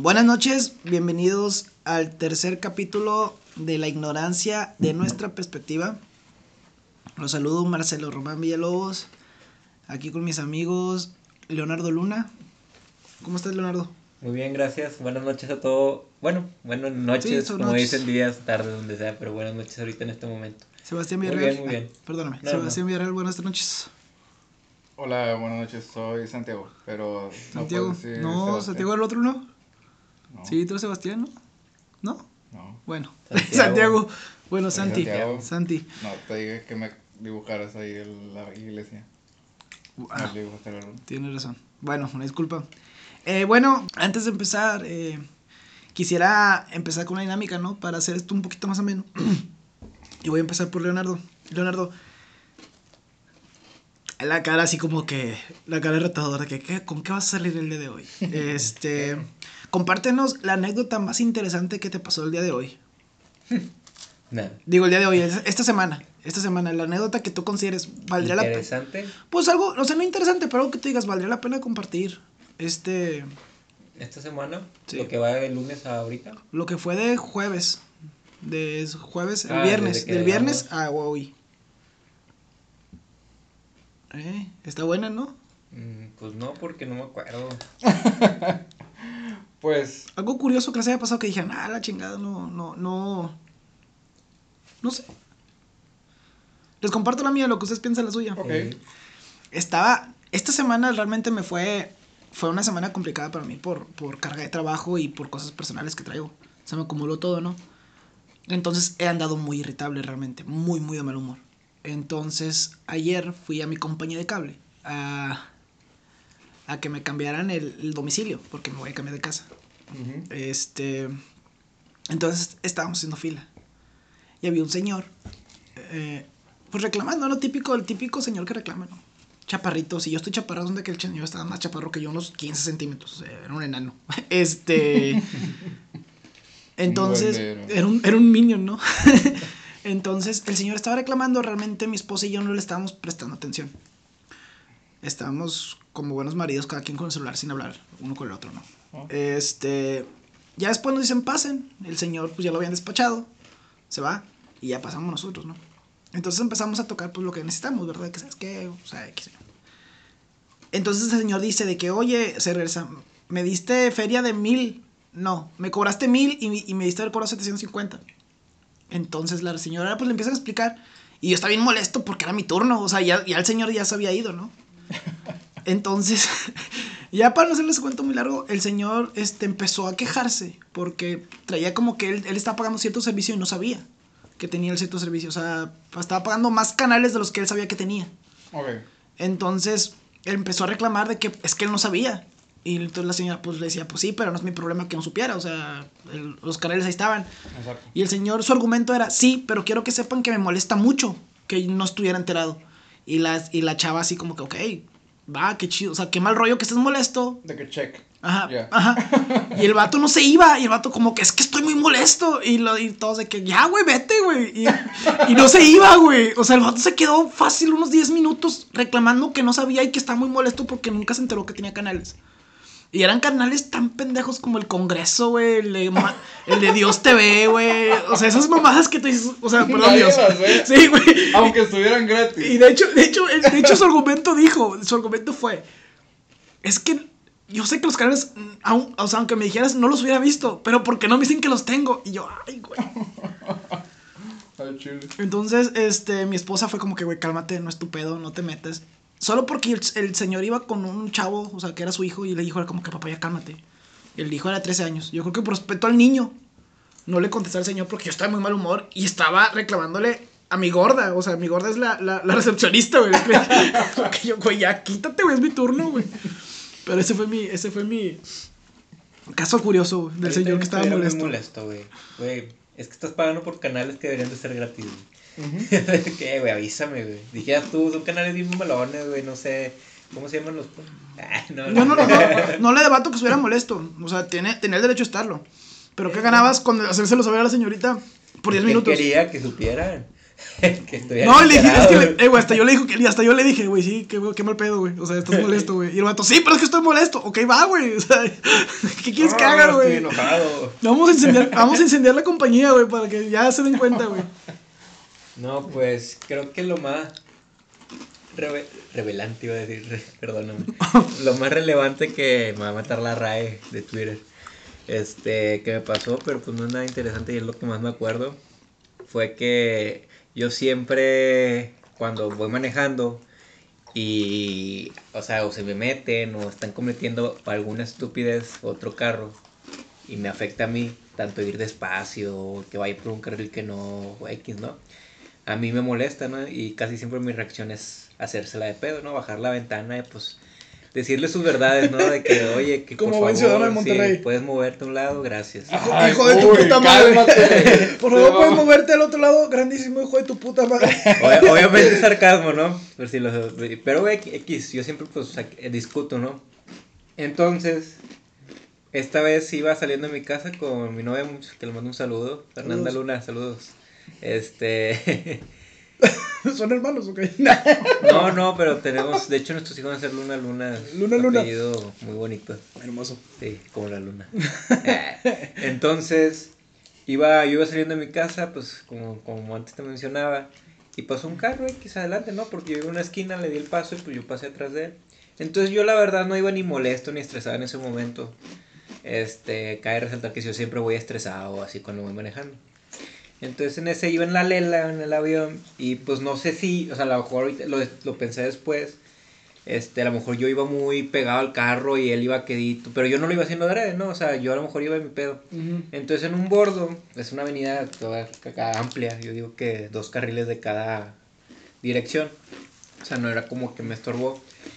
Buenas noches, bienvenidos al tercer capítulo de La ignorancia de nuestra perspectiva. Los saludo Marcelo Román Villalobos, aquí con mis amigos Leonardo Luna. ¿Cómo estás, Leonardo? Muy bien, gracias. Buenas noches a todos. Bueno, buenas noches, Sí, son como noches. dicen, días, tardes, donde sea, pero buenas noches ahorita en este momento. Sebastián Muy Villarreal. bien, muy bien. Perdóname, No, Sebastián Villarreal, buenas noches. Hola, buenas noches, soy Santiago, pero Santiago. no puedes decir No, Sebastián. Santiago el otro no. No, Sí, tú eres Sebastián, ¿no? ¿No? no. Bueno, Santiago. Santiago. Bueno, Soy Santi. Santiago. Santi. No, te dije que me dibujaras ahí en la iglesia. Ah, No le dibujaste la luna. tienes razón. Bueno, una disculpa. Bueno, antes de empezar, quisiera empezar con una dinámica, ¿no? Para hacer esto un poquito más ameno. Y voy a empezar por Leonardo. Leonardo, la cara así como que, la cara retadora, ¿con qué vas a salir el día de hoy? Compártenos la anécdota más interesante que te pasó el día de hoy. Nada. Digo, el día de hoy, esta semana, la anécdota que tú consideres, ¿valdría la pena? Interesante. Pues algo, no sé, no interesante, pero algo que tú digas, ¿valdría la pena compartir? Esta semana, Sí. lo que va de lunes a ahorita. Lo que fue de jueves, el Ah, viernes, desde que del viernes dejamos. a hoy. Está buena, ¿no? Pues no, porque no me acuerdo. Pues, Algo curioso que les haya pasado que dijeron, la chingada, no sé. Les comparto la mía, lo que ustedes piensan la suya. ok. Esta semana realmente fue una semana complicada para mí por carga de trabajo y por cosas personales que traigo. Se me acumuló todo, ¿no? Entonces he andado muy irritable realmente, muy, muy de mal humor. Entonces ayer fui a mi compañía de cable a que me cambiaran el domicilio, porque me voy a cambiar de casa. Ujú. Entonces estábamos haciendo fila. Y había un señor, pues reclamando, ¿no? El típico señor que reclama, ¿no? Chaparrito, si yo estoy chaparrado, donde que el señor estaba más chaparro que yo, unos 15 centímetros, o sea, era un enano. Entonces, duende, era un minion, ¿no? Entonces, el señor estaba reclamando, realmente mi esposa y yo no le estábamos prestando atención. Estábamos como buenos maridos, cada quien con el celular sin hablar, uno con el otro, ¿no? Oh. Ya después nos dicen, pasen. El señor, pues ya lo habían despachado, se va, y ya pasamos nosotros, ¿no? Entonces empezamos a tocar, pues lo que necesitamos, ¿verdad? Que sabes qué, o sea, X. Entonces el señor dice de que, oye, se regresa, me diste feria de 1,000. No, me cobraste 1,000 y me diste el cobro 750. Entonces la señora pues le empieza a explicar. Y yo estaba bien molesto porque era mi turno. O sea, ya el señor ya se había ido, ¿no? Entonces, ya para no hacerles cuento muy largo, el señor empezó a quejarse porque traía como que él estaba pagando cierto servicio y no sabía que tenía el cierto servicio. O sea, estaba pagando más canales de los que él sabía que tenía. Ok. Entonces, él empezó a reclamar de que es que él no sabía. Y entonces la señora pues le decía, pues sí, pero no es mi problema que no supiera. O sea, los canales ahí estaban. Exacto. Y el señor, su argumento era, sí, pero quiero que sepan que me molesta mucho que no estuviera enterado. Y la chava así como que, ok, va, qué chido. O sea, qué mal rollo que estés molesto. De que check. Ajá, Ya. ajá. Y el vato no se iba. Y el vato como que, es que estoy muy molesto. Y todos de que, ya, güey, vete, güey. Y no se iba, güey. O sea, el vato se quedó fácil unos 10 minutos reclamando que no sabía y que estaba muy molesto porque nunca se enteró que tenía canales. Y eran canales tan pendejos como el Congreso, güey, el de Dios TV, güey. O sea, esas mamadas que te dices, o sea, perdón, Nadie Dios. las ve. Sí, güey. Aunque estuvieran gratis. Y de hecho su argumento fue, es que yo sé que los canales, o sea, aunque me dijeras, no los hubiera visto, pero ¿por qué no me dicen que los tengo? Y yo, ay, güey. Ay, chile. Entonces, mi esposa fue como que, güey, cálmate, no es tu pedo, no te metes. Solo porque el señor iba con un chavo, o sea, que era su hijo, y le dijo, era como que, papá, ya cálmate. El hijo era 13 años. Yo creo que por respeto al niño, no le contesté al señor porque yo estaba de muy mal humor y estaba reclamándole a mi gorda. O sea, mi gorda es la recepcionista, güey. Porque yo, güey, ya quítate, güey, es mi turno, güey. Pero ese fue mi caso curioso, güey, del Ahorita señor yo que estaba estuviera muy molesto. molesto, güey. Es que estás pagando por canales que deberían de ser gratis, güey. Ujú. ¿Qué, güey? Avísame, güey. Dijeras tú, son canales bien malones, güey. No sé. ¿Cómo se llaman los? Yo no le debato que estuviera molesto. O sea, tenía el derecho a estarlo. Pero ¿qué ganabas con hacérselo saber a la señorita por 10 Él minutos? quería que supieran. Que estoy No, le dije, es alterado, que, güey, hasta yo le dije, güey, sí, qué mal pedo, güey. O sea, estás molesto, güey. Y el vato, sí, pero es que estoy molesto. Ok, va, güey. O sea, ¿qué quieres que haga, Estoy güey? enojado. Vamos a incendiar la compañía, güey, para que ya se den cuenta, güey. No, pues creo que lo más revelante iba a decir, perdóname. Lo más relevante que me va a matar la RAE de Twitter. Que me pasó, pero pues no es nada interesante y es lo que más me acuerdo. Fue que yo siempre, cuando voy manejando y, o sea, o se me meten o están cometiendo alguna estupidez otro carro y me afecta a mí, tanto ir despacio o que vaya por un carril que no, o X, ¿no? A mí me molesta, ¿no? Y casi siempre mi reacción es hacérsela de pedo, ¿no? Bajar la ventana y pues decirle sus verdades, ¿no? De que, oye, que Como por buen favor, ciudadano de Monterrey. sí, puedes moverte a un lado, gracias. Ay, Hijo de tu uy, puta madre. cálmate. Por favor, puedes moverte al otro lado, grandísimo hijo de tu puta madre. Obviamente es sarcasmo, ¿no? Pero güey, X, yo siempre pues discuto, ¿no? Entonces, esta vez iba saliendo de mi casa con mi novia, que le mando un saludo, Fernanda Saludos. Luna, saludos. ¿Son hermanos o qué? No, pero tenemos, de hecho nuestros hijos van a ser Luna, Luna, Luna, un Luna. apellido muy bonito. Hermoso. Sí, como la luna. Entonces, yo iba saliendo de mi casa, pues como antes te mencionaba, y pasó un carro X adelante, ¿no? Porque yo iba en una esquina, le di el paso y pues yo pasé atrás de él. Entonces yo la verdad no iba ni molesto ni estresado en ese momento. Cabe resaltar que yo siempre voy estresado así cuando voy manejando. Entonces en ese iba en la lela, en el avión, y pues no sé si, o sea, a lo mejor ahorita lo pensé después, a lo mejor yo iba muy pegado al carro y él iba quedito, pero yo no lo iba haciendo adrede, ¿no? O sea, yo a lo mejor iba en mi pedo. Entonces en un bordo, es una avenida toda amplia, yo digo que 2 carriles de cada dirección, o sea, no era como que me estorbó.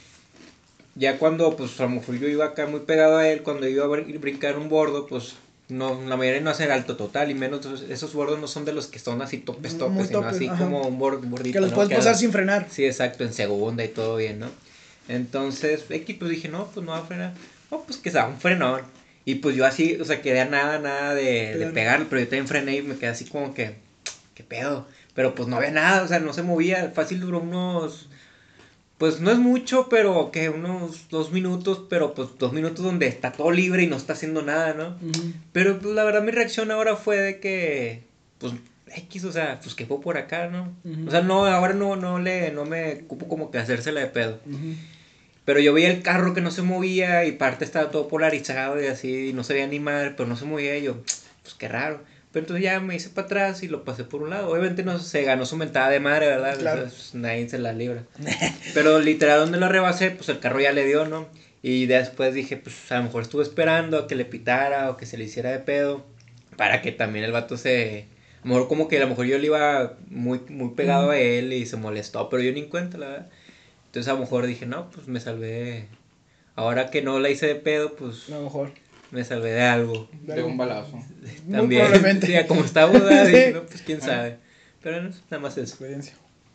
Ya cuando, pues a lo mejor yo iba acá muy pegado a él, cuando iba a brincar un bordo, pues no, la mayoría no hacen alto total, y menos esos bordos no son de los que son así topes, Muy sino topes, así ajá. como un bordito, Que los ¿no? puedes Que pasar haga- sin frenar. Sí, exacto, en segunda y todo bien, ¿no? Entonces, X, pues dije, no, pues no va a frenar. No, pues que se da un frenón. Y pues yo así, o sea, quedé a nada de pegarle, pero yo también frené y me quedé así como que, ¿qué pedo? Pero pues no había nada, o sea, no se movía. Fácil duró unos, pues no es mucho, pero que unos 2 minutos, pero pues 2 minutos donde está todo libre y no está haciendo nada, ¿no? Pero pues la verdad mi reacción ahora fue de que, pues X, o sea, pues que fue por acá, ¿no? O sea, no, ahora no me ocupo como que hacérsela de pedo. Pero yo veía el carro que no se movía y parte estaba todo polarizado y así, y no se veía animar, pero no se movía y yo, pues qué raro. Pero entonces ya me hice para atrás y lo pasé por un lado. Obviamente no se ganó su mentada de madre, ¿verdad? Claro. Pues, nadie se la libra. Pero literal donde lo rebasé, pues el carro ya le dio, ¿no? Y después dije, pues a lo mejor estuve esperando a que le pitara o que se le hiciera de pedo para que también el vato se... A lo mejor como que a lo mejor yo le iba muy, muy pegado a él y se molestó, pero yo ni en cuenta, la verdad. Entonces a lo mejor dije, no, pues me salvé. Ahora que no la hice de pedo, pues A lo mejor. me salvé de algo. De un balazo. Muy También. probablemente. Sí, como está boda, Sí. dije, no, pues quién sabe. Pero no, nada más eso. Experiencia.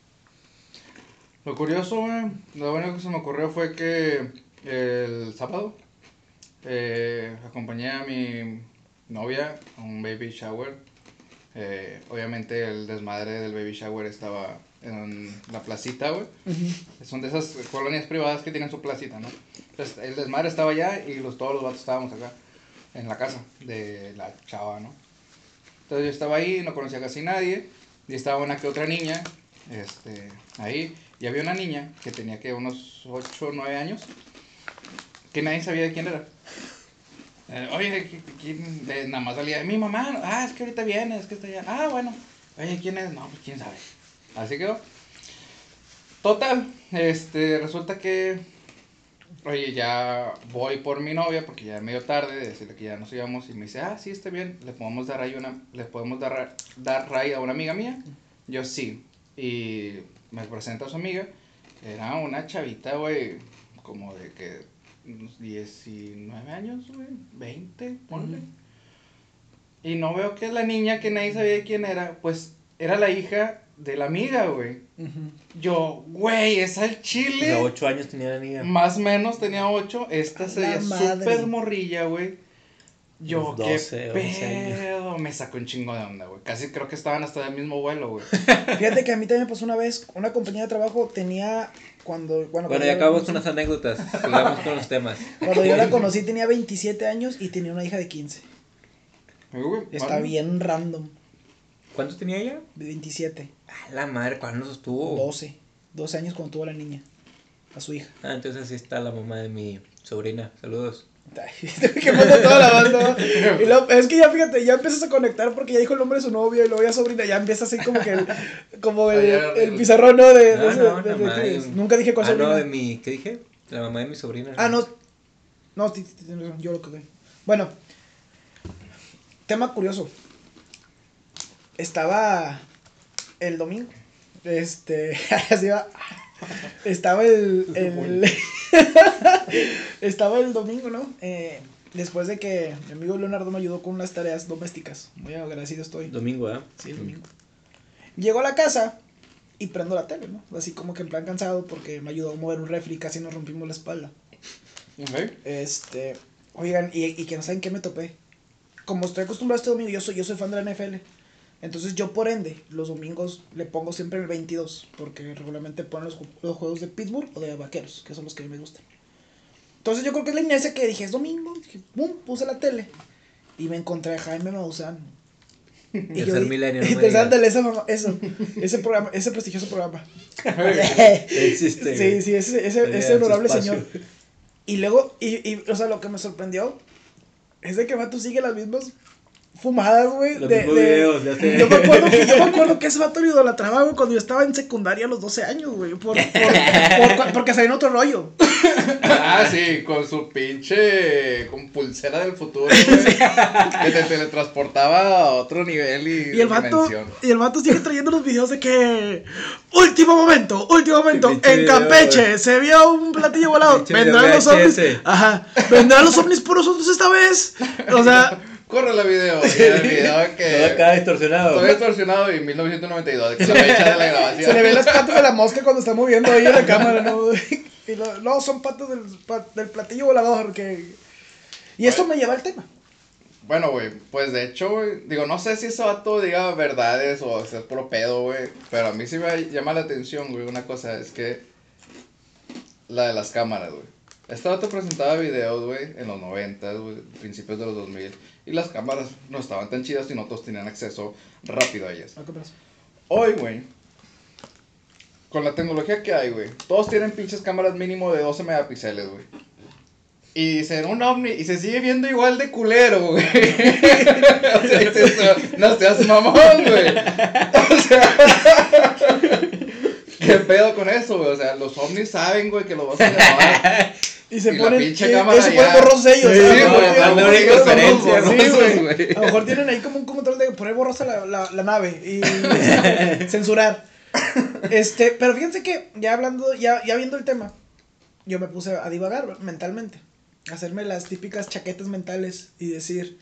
Lo curioso, güey, lo bueno que se me ocurrió fue que el sábado acompañé a mi novia a un baby shower. Obviamente el desmadre del baby shower estaba en la placita, güey. Son de esas colonias privadas que tienen su placita, ¿no? Entonces el desmadre estaba allá y todos los vatos estábamos acá, en la casa de la chava, ¿no? Entonces yo estaba ahí, no conocía casi nadie, y estaba una que otra niña, ahí, y había una niña que tenía que unos 8 o 9 años, que nadie sabía de quién era. Oye, ¿quién? Nada más salía, mi mamá, es que ahorita viene, es que está allá, bueno, oye, ¿quién es? No, pues quién sabe. Así quedó. Total, resulta que, oye, ya voy por mi novia, porque ya es medio tarde, de decirle que ya nos íbamos, y me dice, sí, está bien, le podemos dar ray a una amiga mía. Yo sí, y me presenta a su amiga, era una chavita, güey, como de que unos 19 años, güey, 20, ponle. Y no veo que la niña, que nadie sabía de quién era, pues era la hija de la amiga, güey. Yo, güey, es al chile. O sea, 8 años tenía la niña. Más o menos tenía 8. Esta se veía madre. súper morrilla, güey. Yo, Unos 12, 11 años. pedo, me sacó un chingo de onda, güey. Casi creo que estaban hasta del mismo vuelo, güey. Fíjate que a mí también me pasó una vez, una compañía de trabajo tenía, Bueno, cuando ya yo la acabamos conocí- con las anécdotas. Sigamos con los temas. Cuando yo la conocí tenía 27 años y tenía una hija de 15. Güey, Está vale. bien random. ¿Cuántos tenía ella? De 27, A la madre, ¿cuándo estuvo? 12 años cuando tuvo a la niña, a su hija. Ah, entonces así está la mamá de mi sobrina. Saludos. Que manda toda la banda. Y luego, es que ya fíjate, ya empiezas a conectar porque ya dijo el nombre de su novio y luego ya sobrina, ya empieza así como que el pizarrón, ¿no? Nunca dije cuál sobrina. No, de mi, ¿qué dije? La mamá de mi sobrina. No, tienes razón, yo lo que. Bueno, tema curioso. Estaba el domingo. Así va. Estaba estaba el domingo, ¿no? Después de que mi amigo Leonardo me ayudó con unas tareas domésticas. Muy agradecido estoy. Domingo, ¿eh? Sí, el domingo. Llego a la casa y prendo la tele, ¿no? Así como que en plan cansado porque me ayudó a mover un refri y casi nos rompimos la espalda. Ok. Oigan, y que no saben qué me topé. Como estoy acostumbrado a este domingo, yo soy fan de la NFL. Entonces yo por ende, los domingos le pongo siempre el 22, porque regularmente ponen los juegos de Pittsburgh o de Vaqueros, que son los que a mí me gustan. Entonces yo creo que es la inercia que dije, es domingo, dije, pum, puse la tele y me encontré a Jaime Maussan. Y Tercer milenio, no me pues digas. ándale, ese programa, ese prestigioso programa. Existe. Sí, ese honorable señor. Y luego, o sea, lo que me sorprendió es de que Vato sigue las mismas fumadas, güey. Los mismos videos, ya sé. Yo me acuerdo que ese vato lo idolatraba, güey, cuando yo estaba en secundaria a los 12 años, güey. Porque salía en otro rollo. Ah, sí, con su pinche. Con pulsera del futuro, güey. Que te teletransportaba a otro nivel Y el vato sigue trayendo los videos de que. Último momento. Pinche En video, Campeche güey. se vio un platillo volado. Pinche Vendrán video los ovnis. VHS. Ajá. Vendrán los ovnis por nosotros esta vez. O sea. Corre la video. Y el video que. Todo acá distorsionado. Todo distorsionado y 1992, que es la fecha de la grabación. Se le ven las patas de la mosca cuando está moviendo ahí en la cámara, ¿no? Y no, son patas del platillo volador. Y esto me lleva al tema. Bueno, güey, pues de hecho, güey, digo, no sé si ese vato diga verdades o si es puro pedo, güey, pero a mí sí me llama la atención, güey, una cosa, es que la de las cámaras, güey. Este vato presentaba videos, güey, en los 90, güey, principios de los 2000, y las cámaras no estaban tan chidas y no todos tenían acceso rápido a ellas. ¿Qué pasa? Hoy, güey, con la tecnología que hay, güey, todos tienen pinches cámaras mínimo de 12 megapíxeles, güey. Y se ve un ovni y se sigue viendo igual de culero, güey. O sea, dices, no seas mamón, güey. O sea, ¿qué pedo con eso, güey? O sea, los ovnis saben, güey, que lo vas a grabar. Y se Y la ponen. pinche cámara se ya. ponen borrosos ellos. Sí, ¿no? güey, A lo dando mejor una tienen- conferencia, sí, ¿no? güey. Güey. A lo mejor tienen ahí como un control de poner borrosa la nave y censurar. Pero fíjense que ya hablando, ya viendo el tema, yo me puse a divagar mentalmente. A hacerme las típicas chaquetas mentales y decir,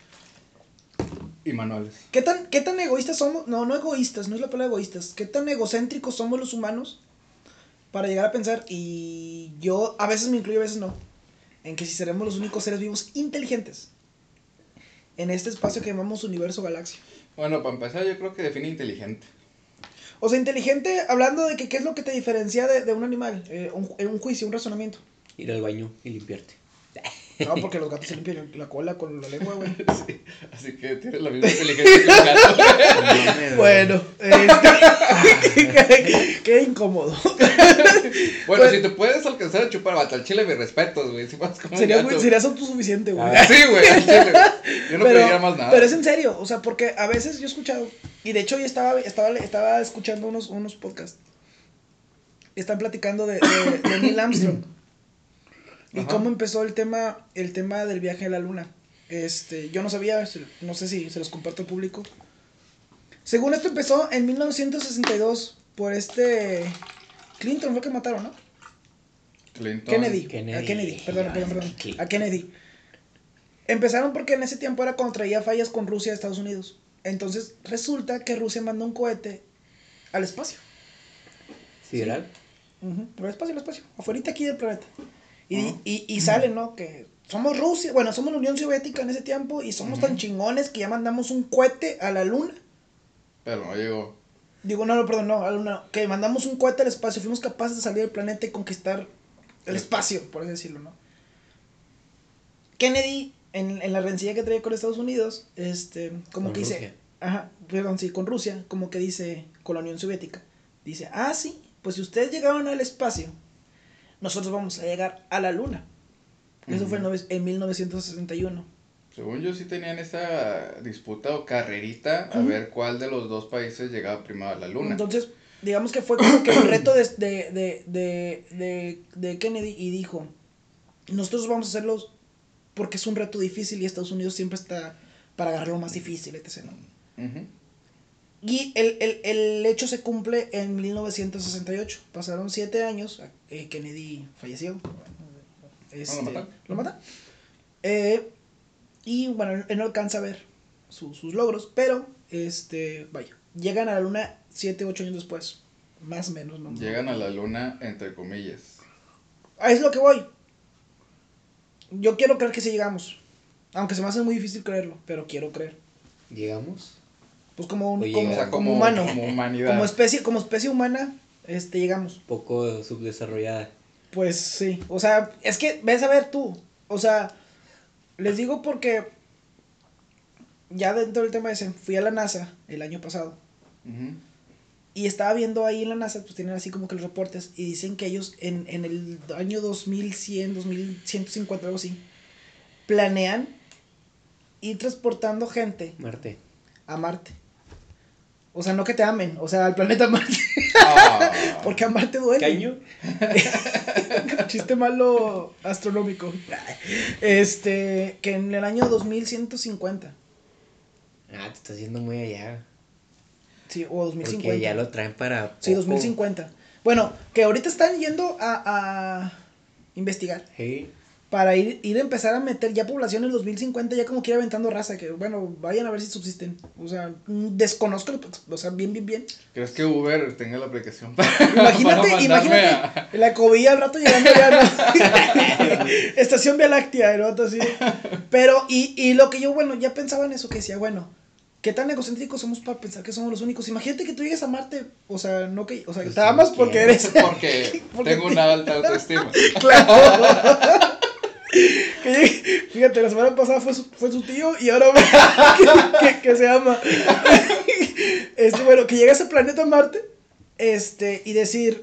Y manuales. ¿qué tan egoístas somos? No egoístas, no es la palabra egoístas. ¿Qué tan egocéntricos somos los humanos para llegar a pensar, y yo a veces me incluyo, a veces no, en que si seremos los únicos seres vivos inteligentes en este espacio que llamamos universo galaxia? Bueno, para empezar, yo creo que define inteligente. O sea, inteligente hablando de que qué es lo que te diferencia de un animal, un juicio, un razonamiento. Ir al baño y limpiarte. No, porque los gatos se limpian la cola con la lengua, güey. Sí, así que tienes la misma inteligencia que un gato. Bueno, qué incómodo. Bueno, Pues- si te puedes alcanzar a chupar vato al chile, mis respetos, güey. Si vas como un gato. Serías autosuficiente, güey. Ah, Sí, güey, al chile. Yo no pediría más nada. Pero es en serio, o sea, porque a veces yo he escuchado, y de hecho yo estaba escuchando unos podcasts, están platicando de Neil Armstrong, y Ajá. cómo empezó el tema del viaje a la luna. Yo no sabía, no sé si se los comparto al público. Según esto empezó en 1962 por Clinton fue que mataron, ¿no? Clinton. Kennedy. Kennedy. A Kennedy, perdón. Clinton. A Kennedy. Empezaron porque en ese tiempo era cuando traía fallas con Rusia a Estados Unidos. Entonces resulta que Rusia mandó un cohete al espacio. ¿Sideral? Al espacio, afuera aquí del planeta. Y sale, ¿no? Que somos Rusia, bueno, somos la Unión Soviética en ese tiempo y somos tan chingones que ya mandamos un cohete a la luna. Pero no llegó. Digo, no, perdón, no, a la luna, que mandamos un cohete al espacio, fuimos capaces de salir del planeta y conquistar el espacio, por así decirlo, ¿no? Kennedy, en la rencilla que traía con Estados Unidos, como Con que dice, Rusia. ajá, perdón, sí, con Rusia, como que dice, con la Unión Soviética, dice, sí, pues si ustedes llegaron al espacio, nosotros vamos a llegar a la luna. Eso fue en 1961. Según yo sí tenían esa disputa o carrerita a ver cuál de los dos países llegaba primero a la luna. Entonces, digamos que fue como que un reto de Kennedy y dijo, nosotros vamos a hacerlos porque es un reto difícil y Estados Unidos siempre está para agarrar lo más difícil, etc., ¿no? Ujú. Y el hecho se cumple en 1968. Pasaron 7 años, Kennedy falleció. ¿Lo matan? ¿Lo mata? Y bueno, él no alcanza a ver sus logros, pero vaya, llegan a la luna 7, 8 años después, más o menos, ¿no? Llegan a la luna entre comillas. Es lo que voy. Yo quiero creer que sí llegamos, aunque se me hace muy difícil creerlo, pero quiero creer. ¿Llegamos? Pues como Oye, como, O sea, como humano, como humanidad. como especie humana, llegamos. Poco subdesarrollada. Pues sí, o sea, es que ves a ver tú, o sea, les digo porque ya dentro del tema ese, fui a la NASA el año pasado Ujú. y estaba viendo ahí en la NASA, pues tienen así como que los reportes y dicen que ellos en el año 2100, 2150, algo así, planean ir transportando gente Marte. a Marte. O sea, no que te amen, o sea, al planeta Marte, Ah. porque a Marte duele. ¿Qué año? Chiste malo astronómico. Que en el año 2150. Te estás yendo muy allá. Sí, o 2050. Porque ya lo traen para Sí, poco. 2050. Bueno, que ahorita están yendo a investigar. Sí. Para ir a empezar a meter ya población en 2050, ya como quiera aventando raza. Que bueno, vayan a ver si subsisten. O sea, desconozco, o sea, bien. ¿Crees que Uber tenga la aplicación Imagínate la cobilla al rato llegando ya, ¿no? Estación Vía Láctea, el vato así. Pero, y lo que yo, bueno, ya pensaba en eso, que decía, bueno, ¿qué tan egocéntricos somos para pensar que somos los únicos? Imagínate que tú llegues a Marte, o sea, no que, o sea, Pues te amas porque eres. Porque Porque tengo una alta autoestima. Claro. Que llegue- fíjate, la semana pasada fue su tío y ahora que se ama. Bueno, que llegue a ese planeta Marte, y decir,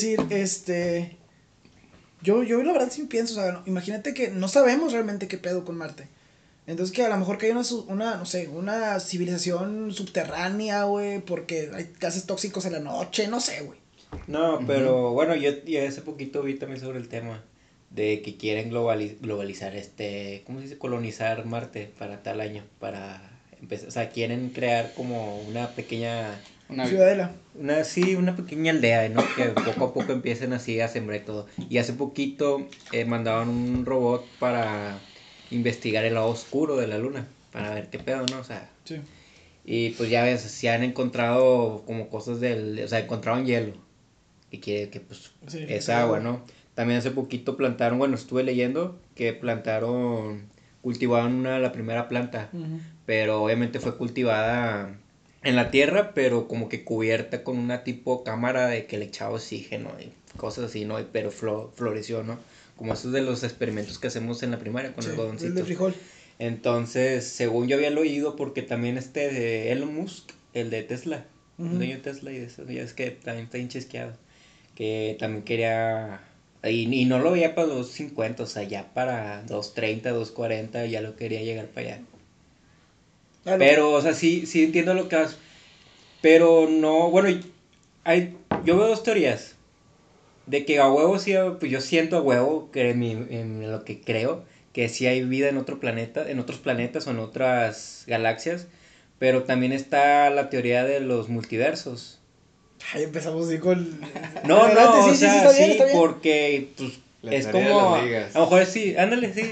yo la verdad sí pienso, o sea, imagínate que no sabemos realmente qué pedo con Marte. Entonces que a lo mejor que hay no sé, una civilización subterránea, güey, porque hay gases tóxicos en la noche, no sé, güey. No, pero bueno, yo hace poquito vi también sobre el tema de que quieren globalizar ¿cómo se dice? Colonizar Marte para tal año, para empezar, o sea, quieren crear como una pequeña, Ciudadela. una pequeña aldea, ¿no? Que poco a poco empiecen así a sembrar y todo. Y hace poquito mandaban un robot para investigar el lado oscuro de la luna, para ver qué pedo, ¿no? O sea, Sí. y pues ya ves, se han encontrado como cosas o sea, encontraron hielo que pues Sí, es sí, agua, agua. ¿no? También hace poquito plantaron, bueno, estuve leyendo que cultivaron la primera planta, Ujú. pero obviamente fue cultivada en la tierra, pero como que cubierta con una tipo cámara de que le echaba oxígeno y cosas así, ¿no? Pero floreció, ¿no? Como esos de los experimentos que hacemos en la primaria con Sí, el el de algodoncito. frijol. Entonces, según yo había oído, porque también de Elon Musk, el de Tesla, Ujú. el dueño de Tesla y de eso, ya es que también está bien chisqueado, que también quería, y no lo veía para los 50, o sea, ya para 230, 240, ya lo quería llegar para allá. Pero, o sea, sí entiendo lo que haces, pero no, bueno, yo veo dos teorías, de que a huevo sí, pues yo siento a huevo, que en lo que creo, que sí hay vida en otro planeta, en otros planetas o en otras galaxias, pero también está la teoría de los multiversos. Ahí empezamos así con. No, Adelante, o sí, sea, está bien, está bien. porque pues La es teoría de como, las a ligas. lo mejor sí, ándale, sí,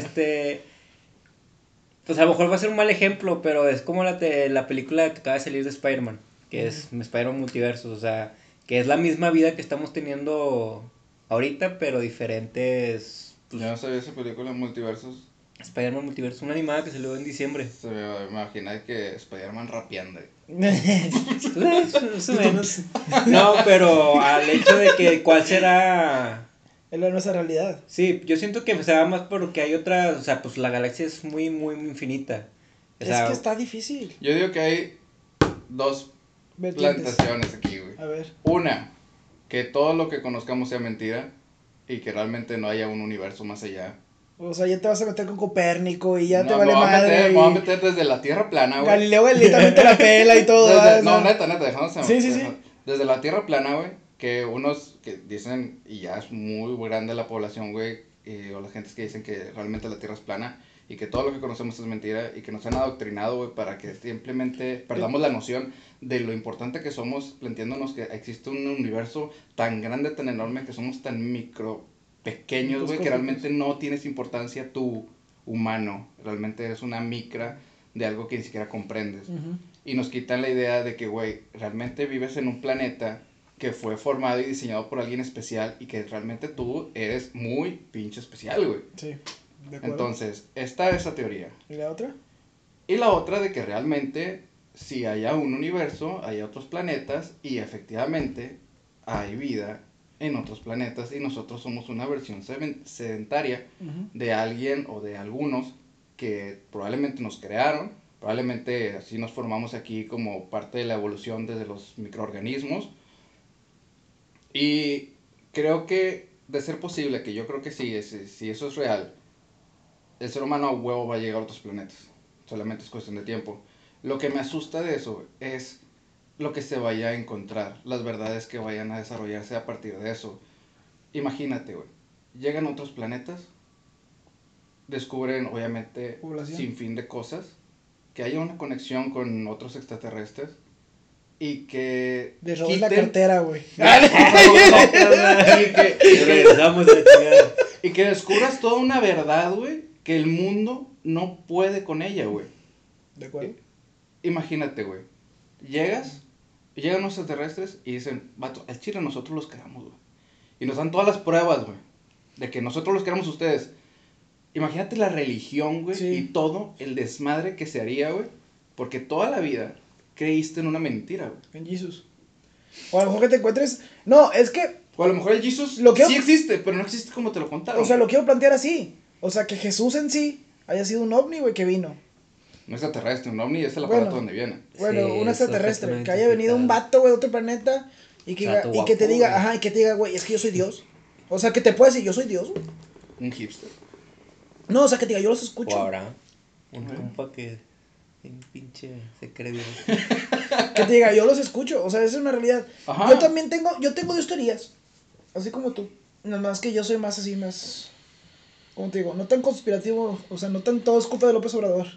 pues a lo mejor va a ser un mal ejemplo, pero es como la película que acaba de salir de Spider-Man, que es Spider-Man Multiversos, o sea, que es la misma vida que estamos teniendo ahorita, pero diferentes Ya no sabía esa película, Multiversos. Spider-Man Multiverso, una animada que salió en diciembre. Se me imagina que Spider-Man rapeando. Más o menos. No, pero al hecho de que cuál será... Es la nuestra realidad. Sí, yo siento que se va más porque hay otras, o sea, pues la galaxia es muy, muy infinita. O Es sea, que está difícil. Yo digo que hay dos Vertientes. plantaciones aquí, güey. A ver. Una, que todo lo que conozcamos sea mentira y que realmente no haya un universo más allá. O sea, ya te vas a meter con Copérnico y ya No, te vale me voy a madre. meter, me voy a meter desde la Tierra plana, güey. Galileo Galilei también te la pela y todo. Desde- ¿verdad? no, O sea, neta, dejándose. Sí. Desde la Tierra plana, güey, que unos que dicen, y ya es muy grande la población, güey, o la gente que dicen que realmente la Tierra es plana y que todo lo que conocemos es mentira y que nos han adoctrinado, güey, para que simplemente perdamos la noción de lo importante que somos, planteándonos que existe un universo tan grande, tan enorme, que somos tan pequeños, güey, que realmente no tienes importancia tú, humano, realmente eres una micra de algo que ni siquiera comprendes. Ujú. Y nos quitan la idea de que, güey, realmente vives en un planeta que fue formado y diseñado por alguien especial y que realmente tú eres muy pinche especial, güey. Sí, de acuerdo. Entonces, esta es la teoría. ¿Y la otra? Y la otra de que realmente, si haya un universo, hay otros planetas y efectivamente hay vida en otros planetas y nosotros somos una versión sedentaria Ujú. de alguien o de algunos que probablemente nos crearon, probablemente así nos formamos aquí como parte de la evolución desde los microorganismos. Y creo que, de ser posible, que yo creo que sí, si eso es real, el ser humano a huevo va a llegar a otros planetas. Solamente es cuestión de tiempo. Lo que me asusta de eso es lo que se vaya a encontrar, las verdades que vayan a desarrollarse a partir de eso. Imagínate, güey. Llegan a otros planetas, descubren, obviamente, Población. sin fin de cosas, que haya una conexión con otros extraterrestres y que De robes la quiten- cartera, güey. y que, y regresamos a la chingada. y que descubras toda una verdad, güey, que el mundo no puede con ella, güey. ¿De acuerdo? Imagínate, güey. Llegan los extraterrestres y dicen, vato, al chile nosotros los queramos, güey. Y nos dan todas las pruebas, güey, de que nosotros los queramos a ustedes. Imagínate la religión, güey, Sí. y todo el desmadre que se haría, güey, porque toda la vida creíste en una mentira, güey. En Jesus. O a lo mejor que te encuentres. No, es que. O a lo mejor el Jesus Lo que- sí existe, pero no existe como te lo contaron. O sea, lo quiero plantear así. O sea, que Jesús en sí haya sido un ovni, güey, que vino. No es extraterrestre, un ovni es el aparato Bueno. donde viene. Bueno, Sí, un es extraterrestre. objeto Que haya venido un identificado. vato, güey, de otro planeta. Y que, Chato y que te guapo, diga, güey. ajá, y que te diga, güey, es que yo soy Dios. O sea, que te puede decir, yo soy Dios, güey. Un hipster. No, o sea, que te diga, yo los O escucho. habrá un Bueno. compa que en pinche se cree Dios. Que te diga, yo los escucho. O sea, esa es una realidad. Ajá. Yo también tengo dos teorías. Así como tú. Nada más que yo soy más así, más. ¿Cómo te digo? No tan conspirativo. O sea, no tan todo es culpa de López Obrador.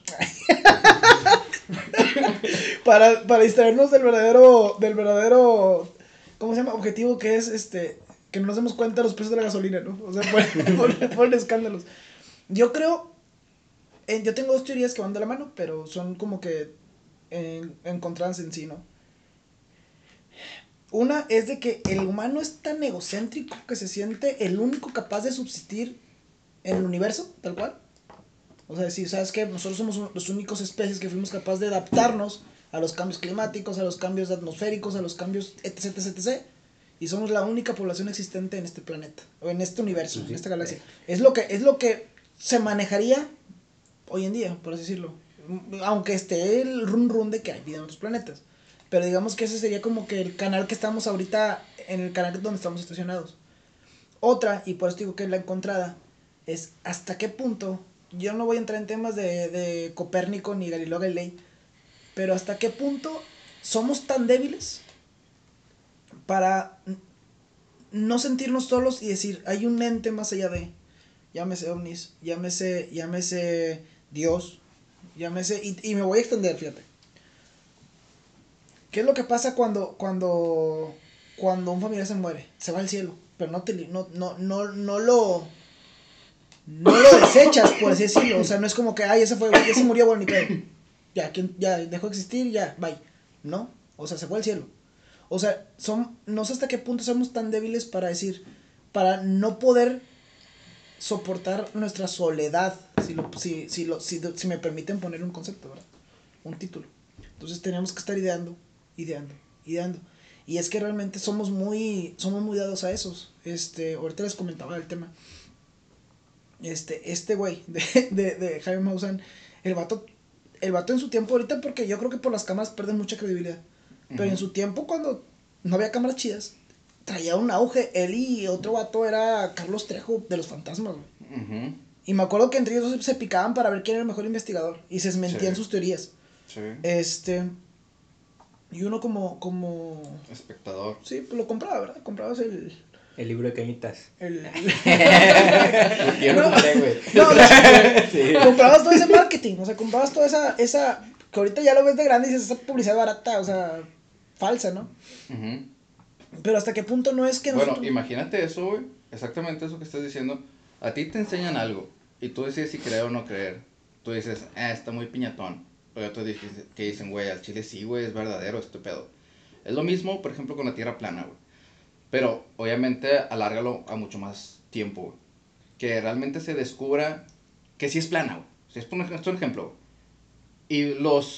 para distraernos del verdadero. ¿Cómo se llama? Objetivo que es que no nos demos cuenta de los precios de la gasolina, ¿no? O sea, por escándalos. Yo creo. Yo tengo dos teorías que van de la mano, pero son como que encontradas en sí, ¿no? Una es de que el humano es tan egocéntrico que se siente el único capaz de subsistir en el universo, tal cual. O sea, decir, ¿sabes qué? Nosotros somos los únicos especies que fuimos capaces de adaptarnos a los cambios climáticos, a los cambios atmosféricos, a los cambios etc, etc, etc. Y somos la única población existente en este planeta, o en este universo, Sí, en esta galaxia. Es lo que se manejaría hoy en día, por así decirlo. Aunque esté el run de que hay vida en otros planetas. Pero digamos que ese sería como que el canal que estamos ahorita, en el canal donde estamos estacionados. Otra, y por eso digo que es la encontrada, es hasta qué punto, yo no voy a entrar en temas de Copérnico ni Galileo Galilei, pero hasta qué punto somos tan débiles para no sentirnos solos y decir, hay un ente más allá de, llámese ovnis, llámese Dios, llámese, y me voy a extender, fíjate. ¿Qué es lo que pasa cuando un familiar se muere? Se va al cielo, pero no lo desechas, por así decirlo. O sea, no es como que, ay, ese fue, ya se murió, bueno, ni pedo. Ya dejó de existir, ya, bye. No, o sea, se fue al cielo. O sea, no sé hasta qué punto somos tan débiles para decir, para no poder soportar nuestra soledad, si me permiten poner un concepto, ¿verdad? Un título. Entonces tenemos que estar ideando. Y es que realmente somos muy dados a esos. Ahorita les comentaba el tema. Este güey de Jaime Maussan, el vato en su tiempo ahorita, porque yo creo que por las cámaras pierden mucha credibilidad. Pero en su tiempo, cuando no había cámaras chidas, traía un auge. Él y otro vato era Carlos Trejo de los Fantasmas, güey. Y me acuerdo que entre ellos se picaban para ver quién era el mejor investigador. Y se desmentían sus teorías. Sí. Y uno como espectador. Sí, pues lo compraba, ¿verdad? Comprabas el libro de cañitas. Yo no compré, güey. Sí. Comprabas todo ese marketing, o sea, comprabas toda esa que ahorita ya lo ves de grande y dices, esa publicidad barata, o sea, falsa, ¿no? Pero hasta qué punto no es que nosotros... Bueno, imagínate eso, güey, exactamente eso que estás diciendo. A ti te enseñan algo y tú decides si creer o no creer. Tú dices, está muy piñatón. Pero otros que dicen, güey, al chile sí, güey, es verdadero este pedo. Es lo mismo, por ejemplo, con la tierra plana, güey. Pero, obviamente, alárgalo a mucho más tiempo, güey. Que realmente se descubra que sí es plana, güey. Si es por un ejemplo, güey. Y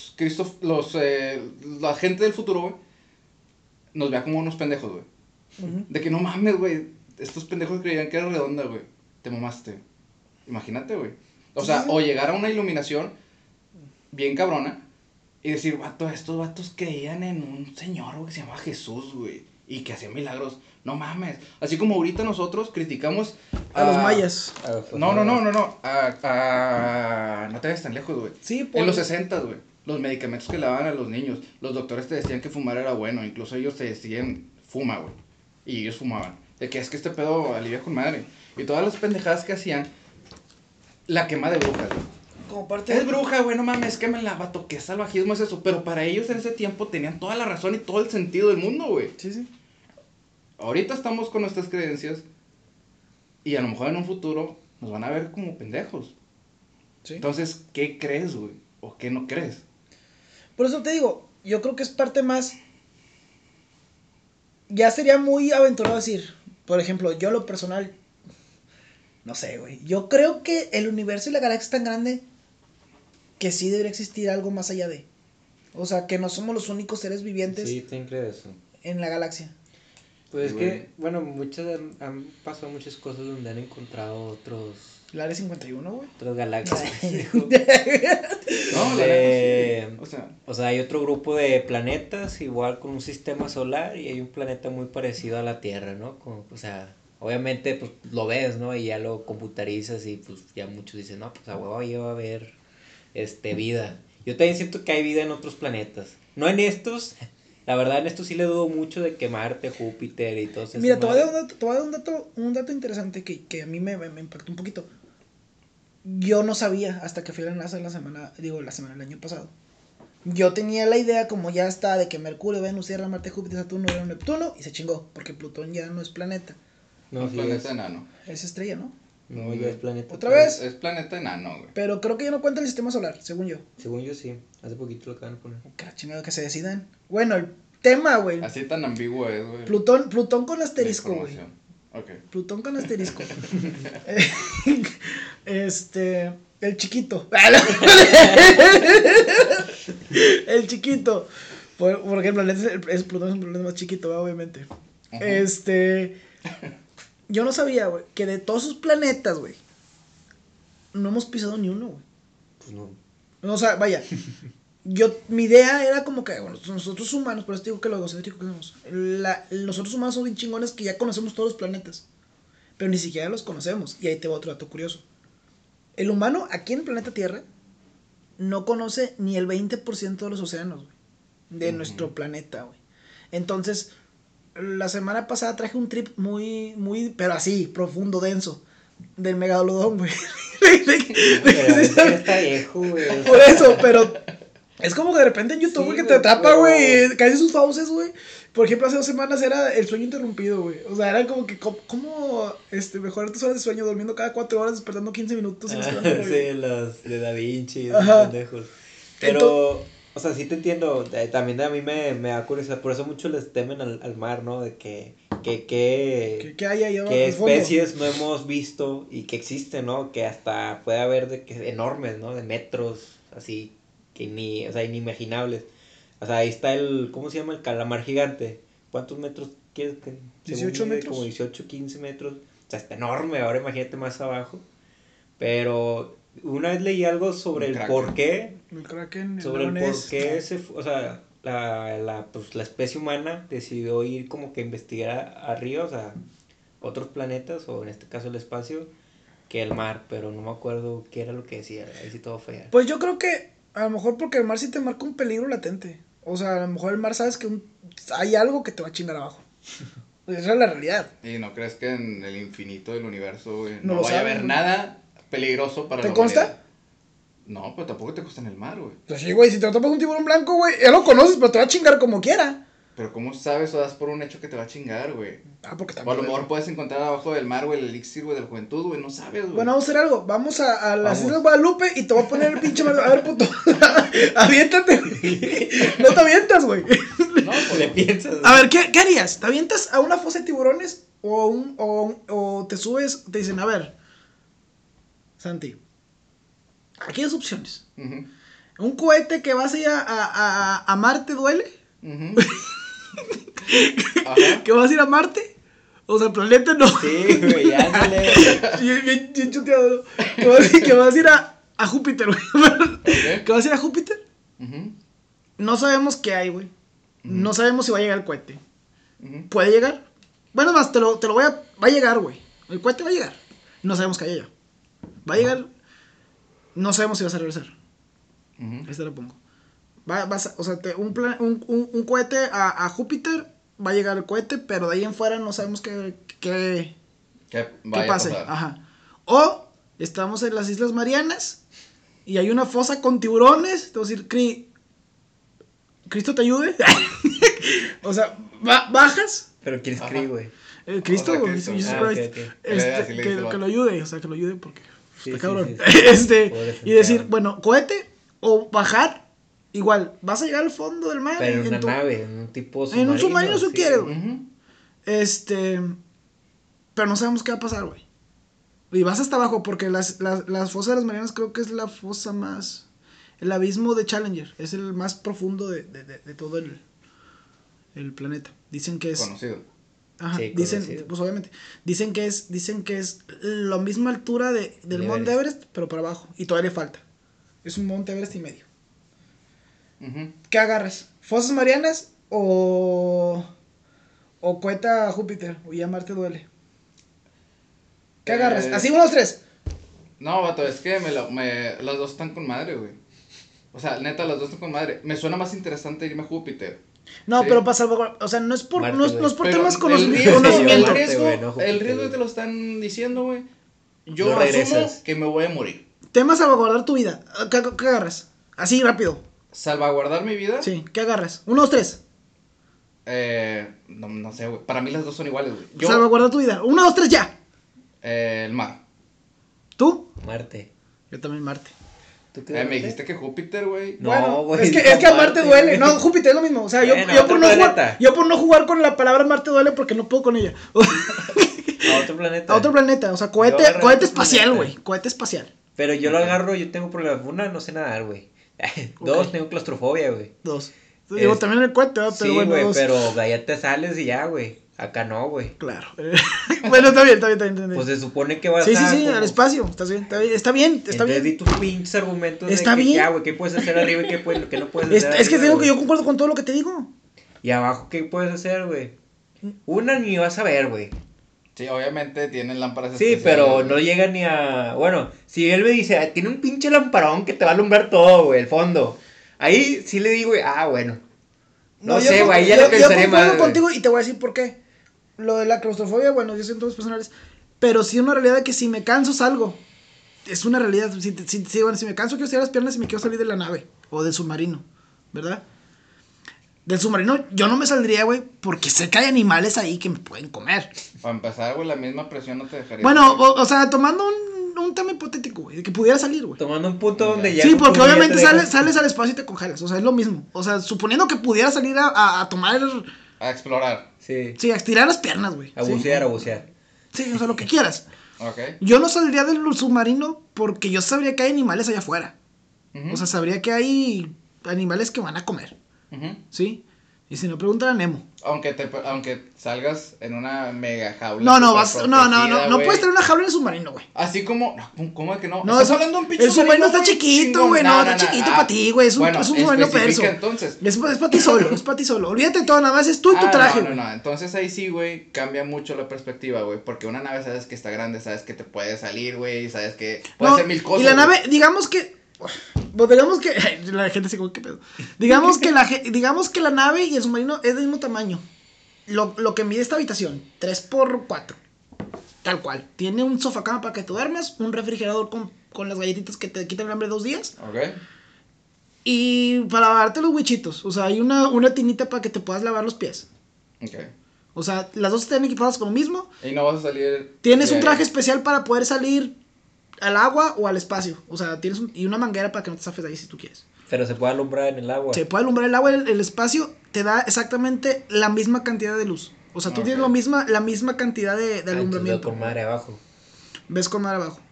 la gente del futuro, güey, nos vea como unos pendejos, güey. De que no mames, güey, estos pendejos creían que era redonda, güey. Te mamaste. Imagínate, güey. O sea, o llegar a una iluminación bien cabrona y decir, vato, estos vatos creían en un señor, güey, que se llamaba Jesús, güey, y que hacía milagros. No mames. Así como ahorita nosotros criticamos a los mayas. No. No te vayas tan lejos, güey. Sí, en los 60, güey. Los medicamentos que le daban a los niños. Los doctores te decían que fumar era bueno. Incluso ellos te decían, fuma, güey. Y ellos fumaban. De que es que este pedo alivia con madre. Y todas las pendejadas que hacían, la quema de brujas, güey. Como parte es bruja, güey, no mames, quémala, vato, ¿qué salvajismo es eso? Pero para ellos en ese tiempo tenían toda la razón y todo el sentido del mundo, güey. Sí. Ahorita estamos con nuestras creencias y a lo mejor en un futuro nos van a ver como pendejos. Sí. Entonces, ¿qué crees, güey? ¿O qué no crees? Por eso te digo, yo creo que es parte más... Ya sería muy aventurado decir, por ejemplo, yo lo personal... No sé, güey. Yo creo que el universo y la galaxia es tan grande que sí debería existir algo más allá de. O sea, que no somos los únicos seres vivientes. Sí, ¿te crees eso? En la galaxia. Pues es que, bueno, han pasado muchas cosas donde han encontrado otros... El Área 51, güey. Otras galaxias. No, o sea, hay otro grupo de planetas, igual con un sistema solar, y hay un planeta muy parecido a la Tierra, ¿no? O sea... Obviamente, pues, lo ves, ¿no? Y ya lo computarizas y, pues, ya muchos dicen, no, pues, a huevo ahí va a haber, vida. Yo también siento que hay vida en otros planetas. No en estos, la verdad, en estos sí le dudo mucho de que Marte, Júpiter y todo eso. Mira, te voy a dar un dato interesante que a mí me impactó un poquito. Yo no sabía hasta que fui a la NASA el año pasado. Yo tenía la idea, como ya está, de que Mercurio, Venus, Tierra, Marte, Júpiter, Saturno era Neptuno, y se chingó, porque Plutón ya no es planeta. No, es planeta enano. Es estrella, ¿no? No, ya es planeta. ¿Otra vez? Es planeta enano, güey. Pero creo que ya no cuenta el sistema solar, según yo. Según yo, sí. Hace poquito lo acaban de poner. Que la chingada que se decidan. Bueno, el tema, güey. Así tan ambiguo es, güey. Plutón con asterisco, güey. Okay. Plutón con asterisco. El chiquito. El chiquito. Porque el planeta Plutón es un planeta más chiquito, obviamente. Yo no sabía, güey, que de todos sus planetas, güey, no hemos pisado ni uno, güey. Pues no. O sea, vaya, mi idea era como que, bueno, nosotros humanos, por eso digo que lo egocéntrico que somos, nosotros humanos somos bien chingones que ya conocemos todos los planetas, pero ni siquiera los conocemos. Y ahí te va otro dato curioso. El humano, aquí en el planeta Tierra, no conoce ni el 20% de los océanos, güey, de nuestro planeta, güey. Entonces... La semana pasada traje un trip muy, pero así, profundo, denso, del megalodón, güey. Está viejo, güey. Por eso, pero es como que de repente en YouTube, güey, que te atrapa, güey, caes en sus fauces, güey. Por ejemplo, hace 2 semanas era el sueño interrumpido, güey. O sea, era como que, ¿cómo mejorar tus horas de sueño durmiendo cada 4 horas, despertando 15 minutos? Sí, los de Da Vinci, esos pendejos. Pero... O sea, sí te entiendo, también a mí me da curiosidad, por eso muchos les temen al mar, ¿no? De que ¿Qué hay ahí abajo? qué al fondo? especies no hemos visto y que existen, ¿no? Que hasta puede haber de que enormes, ¿no? De metros, así, que ni, o sea, inimaginables. O sea, ahí está ¿cómo se llama? El calamar gigante. ¿Cuántos metros quieres que? 18 mide? metros. Como 18, 15 metros. O sea, está enorme, ahora imagínate más abajo. Pero una vez leí algo sobre Un el kraken. por qué, El Kraken, el sobre el león por qué o sea, pues, la especie humana decidió ir como que a investigar arriba, o sea, otros planetas, o en este caso el espacio, que el mar, pero no me acuerdo qué era lo que decía, ahí sí todo fea. Pues yo creo que a lo mejor porque el mar sí te marca un peligro latente. O sea, a lo mejor el mar sabes que hay algo que te va a chingar abajo. Esa es la realidad. ¿Y no crees que en el infinito del universo, güey, No no lo vaya a saben, haber güey. nada peligroso para ¿Te la consta? humanidad? No, pero tampoco te consta en el mar, güey. Pues sí, güey, si te topas un tiburón blanco, güey, ya lo conoces, pero te va a chingar como quiera. Pero ¿cómo sabes o das por un hecho que te va a chingar, güey? Ah, porque O a también. lo mejor puedes encontrar abajo del mar, güey, el elixir, güey, de la juventud, güey, no sabes, güey. Bueno, vamos a hacer algo. Vamos a las Vamos. Islas Guadalupe y te voy a poner el pinche mar. A ver, puto. Aviéntate, güey. No te avientas, güey. No, pues, ¿Le piensas? A ver, ¿qué harías? ¿Te avientas a una fosa de tiburones o te subes? Te dicen, a ver, Santi, aquí hay dos opciones. ujú, Un cohete que vas a ir a Marte duele. ujú. Ajá. ¿Que vas a ir a Marte? O sea, el planeta no. Sí, güey, ándale. Bien chuteado, ¿no? Que vas a ir a Júpiter, güey. Ok. ¿Que vas a ir a Júpiter? Ujú, No sabemos qué hay, güey. No sabemos si va a llegar el cohete. ujú. ¿Puede llegar? Bueno, más, te lo voy a... Va a llegar, güey. El cohete va a llegar. No sabemos qué hay allá. Va a llegar... No sabemos si vas a regresar. Ujú. Ahí te lo pongo. O sea, un cohete a Júpiter, va a llegar el cohete, pero de ahí en fuera no sabemos qué Que vaya a pase. pasar. Ajá. O estamos en las Islas Marianas y hay una fosa con tiburones. Te voy a decir, Cristo te ayude. O sea, bajas. Pero ¿quién es Ajá. Cree, güey? Cristo, O sea, güey, Cristo. Jesus Ah, ok, Christ. ok. Así le dice el Que vato. lo ayude, o sea, que lo ayude porque Sí, está sí, cabrón. sí, sí. Pobre Y decir, Santiago. bueno, cohete o bajar, igual, vas a llegar al fondo del mar. Pero en una tu- nave, en un tipo En un submarino si sí. quieres, güey. Ujú. Pero no sabemos qué va a pasar, güey. Y vas hasta abajo porque las fosas de las Marianas creo que es la fosa más... El abismo de Challenger es el más profundo de todo el planeta. Dicen que es... Conocido. Ajá, Sí, dicen, conocido. pues obviamente. Dicen que es la misma altura del El Monte Everest. Everest, pero para abajo. Y todavía le falta. Es un Monte Everest y medio. Ujú. ¿Qué agarras? ¿Fosas Marianas o cohete a Júpiter? O ya Marte duele. ¿Qué agarras? Así unos tres. No, vato, es que las dos están con madre, güey. O sea, neta, las dos están con madre. Me suena más interesante irme a Júpiter. No, Sí. pero para salvaguardar. O sea, no es por, Marte, no es güey. por Pero temas el conocimiento. riesgo, Marte, el güey, no Júpiter, riesgo güey. te lo están diciendo, güey. Yo No asumo regresas. que me voy a morir. Tema salvaguardar tu vida. ¿Qué agarras? Así rápido. ¿Salvaguardar mi vida? Sí, ¿qué agarras? Uno, dos, tres. No sé, güey. Para mí las dos son iguales, güey. Yo, Salvaguardar tu vida. Uno, dos, tres, ya. el mar. ¿Tú? Marte. Yo también Marte. ¿Tú qué Me Marte? dijiste que Júpiter, güey. No, Bueno, güey, es que dijo a Marte Marte, duele. güey. No, Júpiter es lo mismo. O sea, Bueno, yo por otro no jugar, planeta. yo por no jugar con la palabra Marte duele porque no puedo con ella. A otro planeta. A otro planeta. O sea, cohete Yo agarré otro espacial, planeta. güey. Cohete espacial. Pero yo lo agarro, yo tengo problemas. Una, no sé nadar, güey. Dos, Ok. tengo claustrofobia, güey. Dos. Digo, también el cohete, ¿verdad? Pero Sí, bueno, güey, dos. pero de allá te sales y ya, güey. Acá no, güey. Claro. Bueno, está bien. Pues se supone que vas Sí, a... sí, como- al espacio. Está bien. Entonces di tus pinches argumentos Está de que bien. ya, güey, qué puedes hacer arriba y qué no puedes hacer Es que te arriba, digo que güey. yo concuerdo con todo lo que te digo. Y abajo, ¿qué puedes hacer, güey? Una ni vas a ver, güey. Sí, obviamente tienen lámparas Sí, especiales, pero güey. no llega ni a... Bueno, si él me dice, "Ah, tiene un pinche lamparón que te va a alumbrar todo, güey, el fondo". Ahí sí le digo, güey, bueno. No yo sé, con- güey, ya yo- lo pensaré Yo concuerdo más, güey. contigo y te voy a decir por qué. Lo de la claustrofobia, bueno, yo siento dos personales. Pero sí una realidad que si me canso salgo. Es una realidad. Bueno, si me canso quiero estirar las piernas y me quiero salir de la nave. O del submarino. ¿Verdad? Del submarino yo no me saldría, güey. Porque sé que hay animales ahí que me pueden comer. Para empezar, güey, la misma presión no te dejaría. Bueno, o sea, tomando un tema hipotético, güey. De que pudiera salir, güey. Tomando un punto donde ya... Sí, con porque tu vida obviamente te dejas- sales al espacio y te congelas. O sea, es lo mismo. O sea, suponiendo que pudiera salir a tomar A explorar. Sí. Sí, a estirar las piernas, güey. A ¿sí? bucear, a bucear. Sí, o sea, lo que quieras. Ok. Yo no saldría del submarino porque yo sabría que hay animales allá afuera. Ujú, O sea, sabría que hay animales que van a comer, ujú. ¿sí? Y si no, preguntan a Nemo. Aunque salgas en una mega jaula. No, no, superprotegida, no güey. puedes tener una jaula en el submarino, güey. Así como, no, ¿cómo es que no? No, Estás eso- hablando de un pinche el submarino está güey, chiquito, chingón. güey, no, está No. chiquito para ti, güey, es un submarino especifica perso. entonces. Es para ti solo, es para ti solo. Olvídate de todo, nada más es tú y tu traje, güey. No. Entonces ahí sí, güey, cambia mucho la perspectiva, güey. Porque una nave sabes que está grande, sabes que te puede salir, güey. Sabes que puede No, hacer mil cosas. y la güey. nave, digamos que... Pues digamos que... La gente se como, ¿qué pedo? Digamos que la nave y el submarino es del mismo tamaño. Lo que mide esta habitación, 3x4. Tal cual. Tiene un sofá cama para que te duermas, un refrigerador con las galletitas que te quitan el hambre 2 días. Ok. Y para lavarte los huichitos. O sea, hay una tinita para que te puedas lavar los pies. Ok. O sea, las dos están equipadas con lo mismo. Y no vas a salir. Tienes de un ahí. traje especial para poder salir al agua o al espacio. O sea, y una manguera para que no te zafes de ahí si tú quieres. Pero se puede alumbrar en el agua. Se puede alumbrar el agua, el espacio te da exactamente la misma cantidad de luz. O sea, tú Ok. tienes la misma cantidad de Entonces veo alumbramiento. con madre abajo. Ves con mar abajo.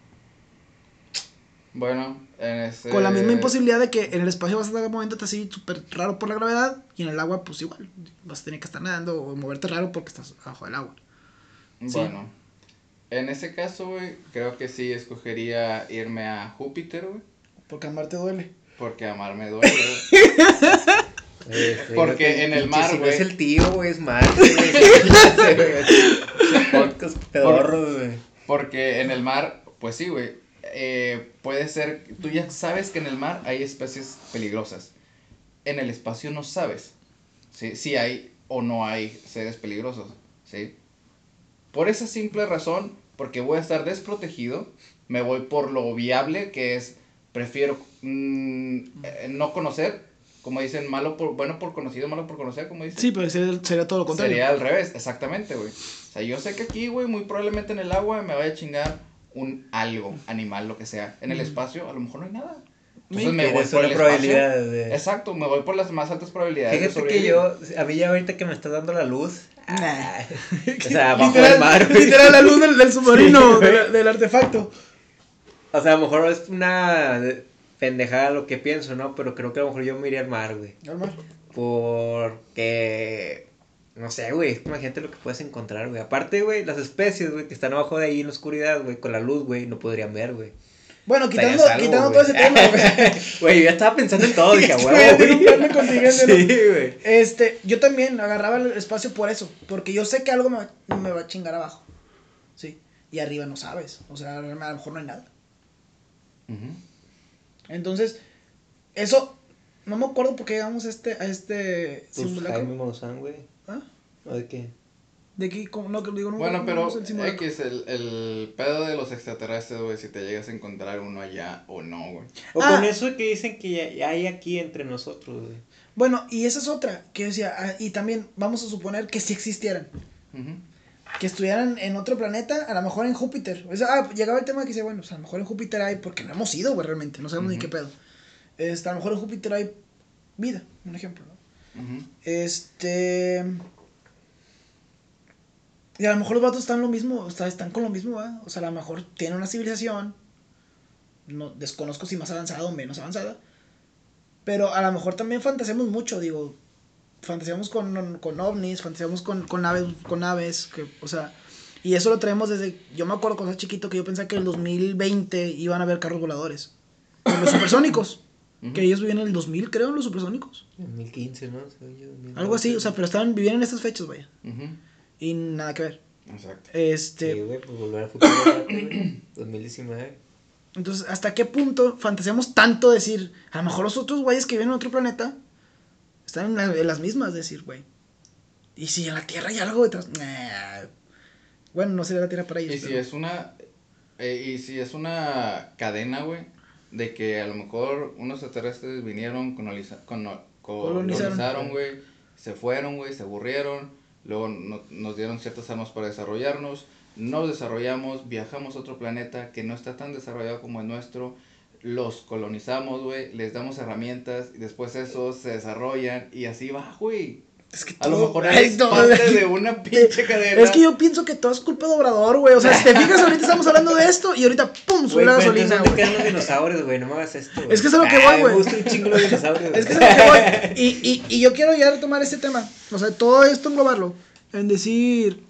Bueno, en ese. Con la misma imposibilidad de que en el espacio vas a estar moviéndote así súper raro por la gravedad. Y en el agua, pues igual. Vas a tener que estar nadando o moverte raro porque estás abajo del agua. Bueno. En ese caso, güey, creo que sí escogería irme a Júpiter, güey. Porque amarte duele. Porque amar me duele, güey. Porque en el mar, Si no güey. es el tío, güey, es Marte, güey. Podcast pedorros, güey. Porque en el mar, pues sí, güey. Puede ser. Tú ya sabes que en el mar hay especies peligrosas. En el espacio no sabes. ¿Sí? Si hay o no hay seres peligrosos. ¿Sí? Por esa simple razón, porque voy a estar desprotegido, me voy por lo viable, que es, prefiero no conocer, como dicen, bueno por conocido, malo por conocer, como dicen. Sí, pero sería todo lo contrario. Sería al revés, exactamente, güey. O sea, yo sé que aquí, güey, muy probablemente en el agua me vaya a chingar algo, animal, lo que sea. En el espacio, a lo mejor no hay nada. Entonces me voy Tienes por una el probabilidad espacio. de... Exacto, me voy por las más altas probabilidades de Fíjate que sobrevivir. a mí ya ahorita que me está dando la luz... Nah. O sea, bajo el mar, güey. Literal, la luz del submarino, Sí, del artefacto. O sea, a lo mejor es una pendejada lo que pienso, ¿no? Pero creo que a lo mejor yo me iría al mar, güey. Normal. Porque... No sé, güey, imagínate lo que puedes encontrar, güey. Aparte, güey, las especies, güey, que están abajo de ahí en la oscuridad, güey, con la luz, güey, no podrían ver, güey. Bueno, Estaría quitando salvo, todo ese güey. tema, güey. Güey, yo ya estaba pensando en todo, dije, a Güey, huevo, tiene un güey. plan de contingente, ¿no? Sí, güey. Yo también agarraba el espacio por eso. Porque yo sé que algo me va a chingar abajo. Sí. Y arriba no sabes. O sea, a lo mejor no hay nada. Ujú. Entonces, eso. No me acuerdo por qué llegamos a este Pues simulacro. Jaime Maussan, güey. ¿Ah? ¿O de qué? De aquí, no, que lo digo, no. Bueno, no, pero no sé el simulacro. X, el pedo de los extraterrestres, güey, si te llegas a encontrar uno allá o no, güey. O Ah. con eso que dicen que ya hay aquí entre nosotros, güey. Bueno, y esa es otra. Que yo decía, y también vamos a suponer que sí existieran. Ujú. Que estuvieran en otro planeta, a lo mejor en Júpiter. O sea, llegaba el tema que dice, bueno, pues a lo mejor en Júpiter hay, porque no hemos ido, güey, realmente, no sabemos ni Ujú. qué pedo. A lo mejor en Júpiter hay vida, un ejemplo, ¿no? Ujú. Y a lo mejor los vatos están lo mismo, o sea, están con lo mismo, ¿va? O sea, a lo mejor tienen una civilización, no desconozco si más avanzada o menos avanzada, pero a lo mejor también fantaseamos mucho, digo, fantaseamos con ovnis, fantaseamos con naves, que, o sea, y eso lo traemos desde, yo me acuerdo cuando era chiquito que yo pensaba que en el 2020 iban a haber carros voladores, con los supersónicos, que ellos vivían en el 2000, creo, los supersónicos, 2015, ¿no? Según yo, 2012. algo así, o sea, pero vivían en estas fechas, vaya, Ujú. y nada que ver. Exacto. Sí, güey, pues volver al futuro, güey. 2019. Entonces, ¿hasta qué punto fantaseamos tanto decir, a lo mejor los otros güeyes que viven en otro planeta están en las mismas, decir, güey? ¿Y si en la Tierra hay algo detrás? Nah. Bueno, no sería la Tierra para ellos. Y si pero- es una cadena, güey, de que a lo mejor unos extraterrestres vinieron, colonizaron, güey, se fueron, güey, se aburrieron, luego nos dieron ciertas armas para desarrollarnos, nos desarrollamos, viajamos a otro planeta que no está tan desarrollado como el nuestro, los colonizamos, güey, les damos herramientas y después esos se desarrollan y así va, güey. Es que A lo todo- mejor Ay, eres no, parte de una pinche cadena. Es que yo pienso que todo es culpa de Obrador, güey. O sea, si te fijas, ahorita estamos hablando de esto y ahorita, ¡pum! Sube Güey, la pero gasolina, entonces, ¿dónde güey. quedan los dinosaurios, güey? No me hagas esto, güey. Es que es a lo que voy, güey. Me gustan un chingo los dinosaurios. Es que es a lo que voy. Y yo quiero ya retomar este tema. O sea, todo esto englobarlo. En decir,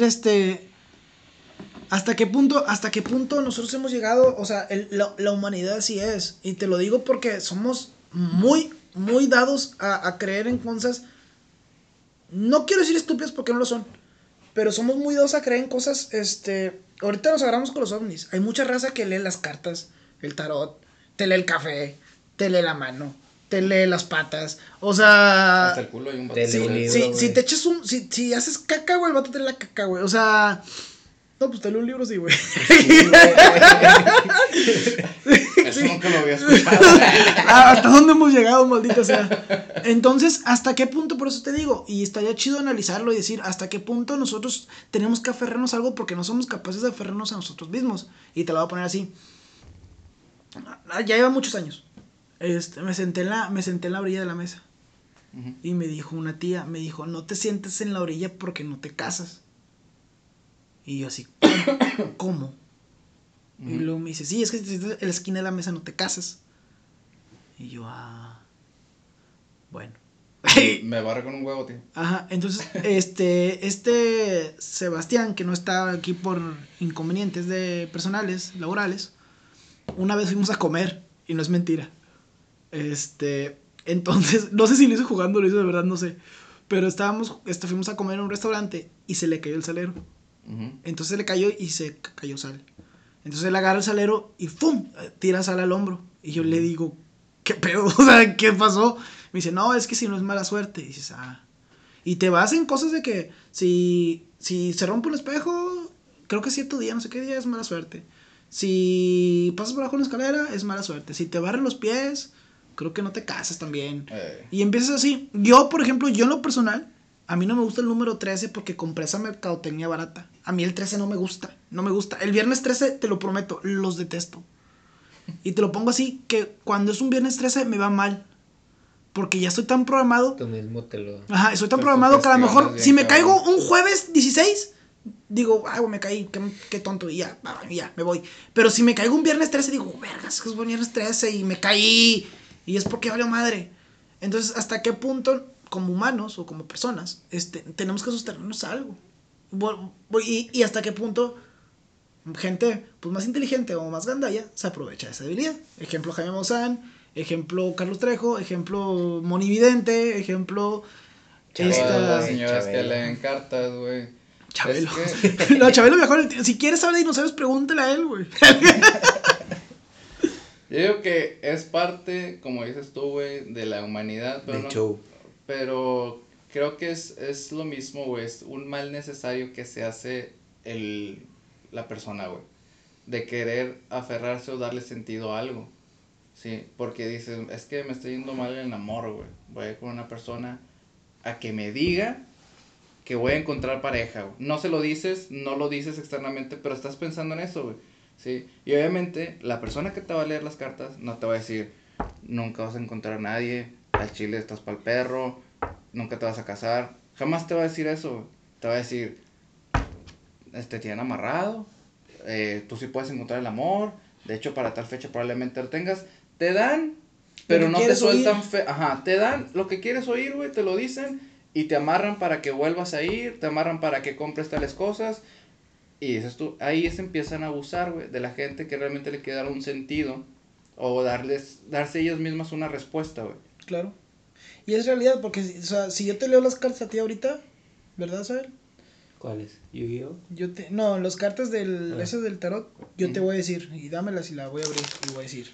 ¿hasta qué punto nosotros hemos llegado? O sea, la humanidad así es. Y te lo digo porque somos muy, muy dados a creer en cosas. No quiero decir estúpidas porque no lo son. Pero somos muy dados a creer en cosas. Ahorita nos agarramos con los ovnis. Hay mucha raza que lee las cartas, el tarot, te lee el café, te lee la mano, te lee las patas. O sea. Hasta el culo hay un vato. Te lee un libro, Si güey. te echas si haces caca, güey, el vato te lee la caca, güey. O sea. No, pues te leo un libro, sí, güey. Eso nunca lo había escuchado. ¿Hasta dónde hemos llegado, maldita sea? Entonces, ¿hasta qué punto? Por eso te digo, y estaría chido analizarlo y decir, ¿hasta qué punto nosotros tenemos que aferrarnos a algo porque no somos capaces de aferrarnos a nosotros mismos? Y te lo voy a poner así. Ya lleva muchos años. Me senté en la orilla de la mesa. Ujú. Y me dijo una tía, no te sientes en la orilla porque no te casas. Y yo así, ¿cómo? Y Ujú. luego me dice, sí, es que si te sientas en la esquina de la mesa no te casas. Y yo, bueno. Me barra con un huevo, tío. Ajá, entonces, Sebastián, que no está aquí por inconvenientes personales, laborales, una vez fuimos a comer, y no es mentira. Entonces, no sé si lo hizo jugando, lo hizo de verdad, no sé. Pero fuimos a comer en un restaurante y se le cayó el salero. Ujú. Entonces se le cayó y se cayó sal. Entonces él agarra el salero y ¡fum! Tira sal al hombro. Y yo le digo, ¿qué pedo? O sea, ¿qué pasó? Me dice, no, es que si no es mala suerte. Y dices, Y te vas en cosas de que si se rompe un espejo, creo que cierto día, no sé qué día, es mala suerte. Si pasas por abajo de una escalera, es mala suerte. Si te barren los pies, creo que no te casas también. Y empiezas así. Yo, por ejemplo, yo en lo personal, a mí no me gusta el número 13 porque compré esa mercadotecnia barata. A mí el 13 no me gusta, no me gusta. El viernes 13, te lo prometo, los detesto. Y te lo pongo así, que cuando es un viernes 13 me va mal. Porque ya estoy tan programado. Tú mismo te lo... Ajá, estoy tan Te programado que a lo mejor, sugestionas si me bien, caigo cabrón. un jueves 16, digo, güey, me caí, qué tonto, y ya, me voy. Pero si me caigo un viernes 13, digo, vergas, que es viernes 13 y me caí, y es porque valió madre. Entonces, ¿hasta qué punto, como humanos o como personas, tenemos que sostenernos a algo? Y hasta qué punto gente pues más inteligente o más gandalla se aprovecha de esa debilidad. Ejemplo Jaime Maussan, ejemplo Carlos Trejo, ejemplo Monividente, ejemplo Chabelo, Todas las güey, señoras que Chabelo. leen cartas, güey. Chabelo. Es que No, Chabelo mejor, si quieres saber de dinosaurios, pregúntale a él, güey. yo digo que es parte, como dices tú, güey, de la humanidad, pero De no, show. pero creo que es lo mismo, güey, es un mal necesario que se hace la persona, güey, de querer aferrarse o darle sentido a algo, sí, porque dices, es que me está yendo mal en el amor, güey, voy a ir con una persona a que me diga que voy a encontrar pareja, güey. No se lo dices, no lo dices externamente, pero estás pensando en eso, güey. Sí, y obviamente la persona que te va a leer las cartas no te va a decir, nunca vas a encontrar a nadie, al chile estás pa'l perro, nunca te vas a casar. Jamás te va a decir eso, güey. Te va a decir, tienen amarrado, tú sí puedes encontrar el amor, de hecho para tal fecha probablemente lo tengas. Te dan, pero que no te quieres sueltan oír. Ajá, te dan lo que quieres oír, güey, te lo dicen y te amarran para que vuelvas a ir, te amarran para que compres tales cosas. Y dices tú, ahí se empiezan a abusar, güey, de la gente que realmente le quiere dar un sentido o darse ellas mismas una respuesta, güey. Claro. Y es realidad, porque, o sea, si yo te leo las cartas a ti ahorita, ¿verdad, Sael? ¿Cuál es? ¿Yu-Gi-Oh? No, las cartas Ah. esas del tarot, yo te Ujú. voy a decir, y dámelas y la voy a abrir, y voy a decir.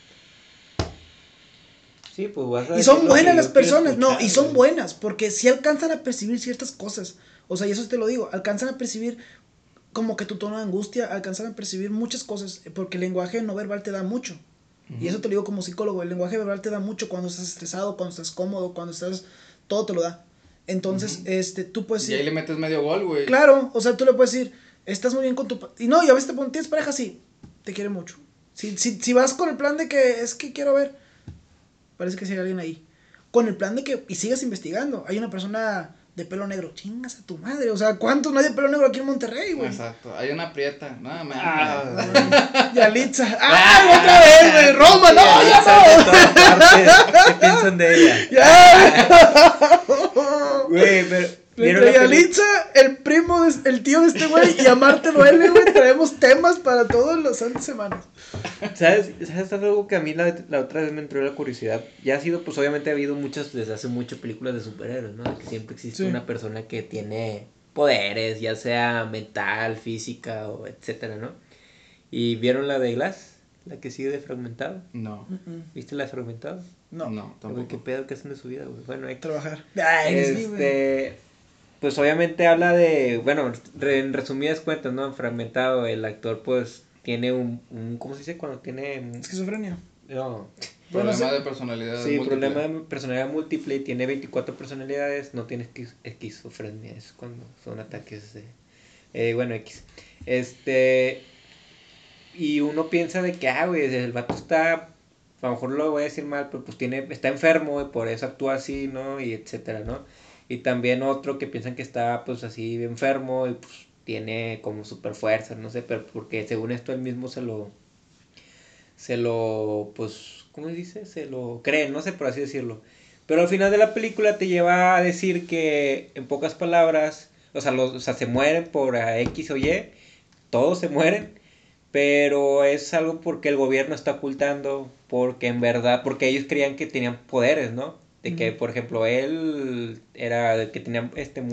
Sí, pues vas a Y decir son lo que buenas yo las quiero personas, no, escuchar, y son güey. buenas, porque si alcanzan a percibir ciertas cosas. O sea, y eso te lo digo, alcanzan a percibir como que tu tono de angustia, alcanzan a percibir muchas cosas, porque el lenguaje no verbal te da mucho. Y eso te lo digo como psicólogo, el lenguaje verbal te da mucho cuando estás estresado, cuando estás cómodo, cuando estás... Todo te lo da. Entonces, tú puedes Y ahí le decir... metes medio gol, güey. Claro, o sea, tú le puedes decir, estás muy bien con tu... Y no, y a veces tienes pareja, sí, te quiere mucho. Si vas con el plan de que es que quiero ver, parece que sí hay alguien ahí. con el plan de que, y sigas investigando. Hay una persona de pelo negro, chingas a tu madre, o sea, ¿cuántos no hay de pelo negro aquí en Monterrey, güey? Exacto, hay una prieta, nada más. Yalitza, otra vez, güey, Roma, no, ya De todas partes, ¿qué piensan de ella? no, ya. Güey, pero... ¿vieron Entre la peli- Yalitza, el tío de este güey, y a Marte Duele, güey, traemos temas para todas las santas semanas. ¿Sabes algo que a mí la otra vez me entró la curiosidad? Ya ha sido, pues obviamente ha habido muchas, desde hace mucho, películas de superhéroes, ¿no? Que siempre existe Sí. una persona que tiene poderes, ya sea mental, física o etcétera, ¿no? ¿Y vieron la de Glass? La que sigue de Fragmentado. No, ¿Viste la de Fragmentado? No, no, Güey, tampoco. ¿qué pedo que hacen de su vida, güey? Bueno, hay que... trabajar. Ay, sí, güey. Pues obviamente habla de, bueno, en resumidas cuentas, ¿no? Fragmentado, el actor pues tiene ¿cómo se dice? Cuando tiene... Esquizofrenia. No, Problema Bueno, de personalidad sí, múltiple. problema de personalidad múltiple y tiene 24 personalidades, no tiene esquizofrenia, es cuando son ataques de... bueno, X. Y uno piensa de que, güey, el vato está, a lo mejor lo voy a decir mal, pero pues está enfermo, y por eso actúa así, ¿no? Y etcétera, ¿no? Y también otro que piensan que está, pues, así enfermo y pues tiene como super fuerza, no sé, pero porque según esto él mismo pues, ¿cómo se dice? Se lo cree, no sé, por así decirlo. Pero al final de la película te lleva a decir que, en pocas palabras, o sea, se mueren por X o Y, todos se mueren, pero es algo porque el gobierno está ocultando, porque en verdad, porque ellos creían que tenían poderes, ¿no? De que, por ejemplo, él era el que tenía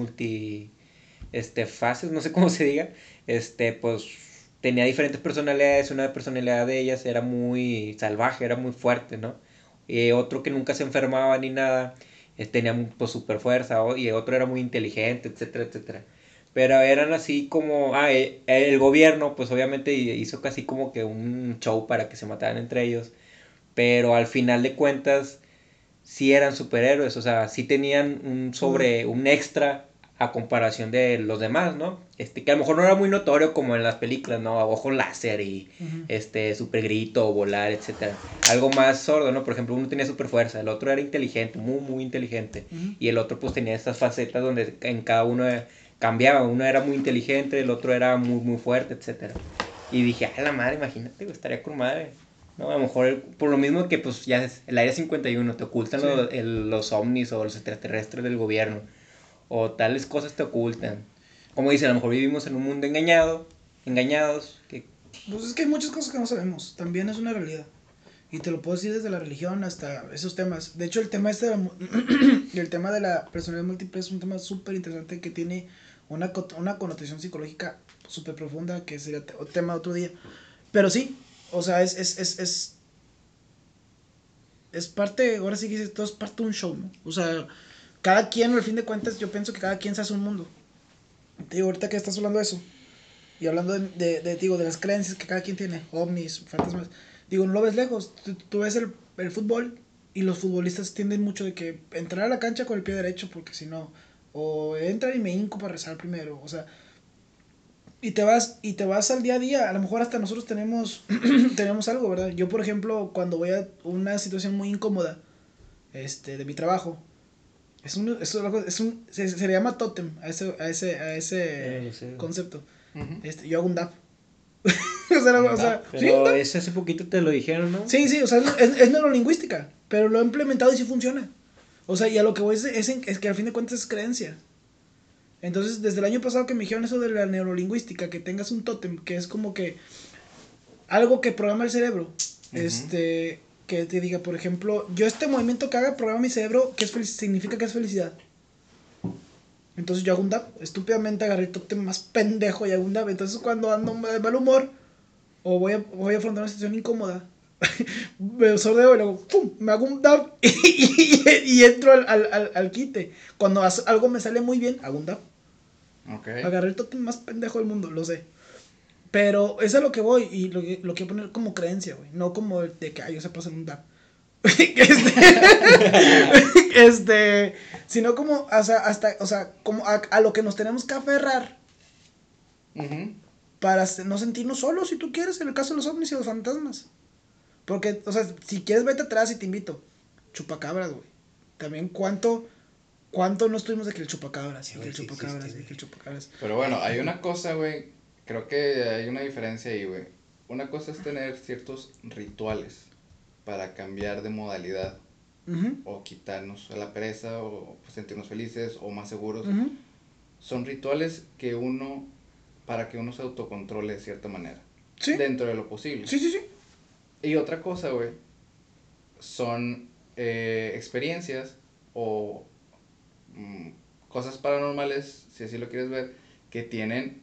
fases, no sé cómo se diga, pues tenía diferentes personalidades, una personalidad de ellas era muy salvaje, era muy fuerte, ¿no? Y otro que nunca se enfermaba ni nada, tenía pues super fuerza, y otro era muy inteligente, etcétera, etcétera. Pero eran así como, el gobierno pues obviamente hizo casi como que un show para que se mataran entre ellos, pero al final de cuentas sí eran superhéroes, o sea, sí tenían un extra a comparación de los demás, ¿no? Que a lo mejor no era muy notorio como en las películas, ¿no? Ojo láser y super grito, volar, etcétera. Algo más sordo, ¿no? Por ejemplo, uno tenía super fuerza, el otro era inteligente, muy, muy inteligente. Y el otro pues tenía estas facetas donde en cada uno cambiaba, uno era muy inteligente, el otro era muy, muy fuerte, etcétera. Y dije, la madre, imagínate, estaría con madre. No, a lo mejor por lo mismo que pues ya es el Área 51, te ocultan Sí. los ovnis o los extraterrestres del gobierno, o tales cosas te ocultan. Como dicen, a lo mejor vivimos en un mundo engañados, que... Pues es que hay muchas cosas que no sabemos, también es una realidad. Y te lo puedo decir desde la religión hasta esos temas. De hecho, el tema el tema de la personalidad múltiple es un tema súper interesante que tiene una connotación psicológica súper profunda, que sería tema de otro día. Pero sí, o sea, es parte, ahora sí que dices, todo es parte de un show, ¿no? O sea, cada quien, al fin de cuentas, yo pienso que cada quien se hace un mundo. Te digo, ahorita que estás hablando de eso, y hablando digo, de las creencias que cada quien tiene, ovnis, fantasmas, digo, no lo ves lejos, tú ves el fútbol y los futbolistas tienden mucho de que entrar a la cancha con el pie derecho porque si no, o entrar y me hinco para rezar primero, o sea, y te vas al día a día, a lo mejor hasta nosotros tenemos algo, ¿verdad? Yo, por ejemplo, cuando voy a una situación muy incómoda, de mi trabajo, se le llama tótem a ese no sé. concepto. Ujú. Yo hago un DAP. o sea, sí, un Pero DAP. hace poquito te lo dijeron, ¿no? Sí, o sea, es neurolingüística, pero lo he implementado y sí funciona. O sea, y a lo que voy es que al fin de cuentas es creencia. Entonces, desde el año pasado que me dijeron eso de la neurolingüística, que tengas un tótem, que es como que algo que programa el cerebro, que te diga, por ejemplo, yo este movimiento que haga programa mi cerebro, que significa que es felicidad. Entonces yo hago un dab, estúpidamente agarré el tótem más pendejo y hago un dab. Entonces cuando ando de mal humor o voy a afrontar una situación incómoda, me sordeo y luego ¡pum! Me hago un dab y entro al quite. Cuando algo me sale muy bien, hago un dab. Okay. Agarré el tótem más pendejo del mundo, lo sé. Pero es a lo que voy y lo quiero poner como creencia, güey. No como de que yo se pasa en un dab. Sino como como a lo que nos tenemos que aferrar para no sentirnos solos, si tú quieres, en el caso de los ovnis y los fantasmas. Porque, o sea, si quieres vete atrás y te invito. Chupacabras, güey. también cuánto no estuvimos de que el chupacabras, Sí, y que el sí chupacabras, existe, y que el chupacabras. Pero bueno, hay una cosa, güey. Creo que hay una diferencia ahí, güey. Una cosa es tener ciertos rituales para cambiar de modalidad Ujú, o quitarnos la pereza o pues, sentirnos felices o más seguros. ujú. Son rituales que uno, para que uno se autocontrole de cierta manera, Sí, dentro de lo posible. sí, sí, sí. Y otra cosa, güey, son experiencias o mm, cosas paranormales, si así lo quieres ver, que tienen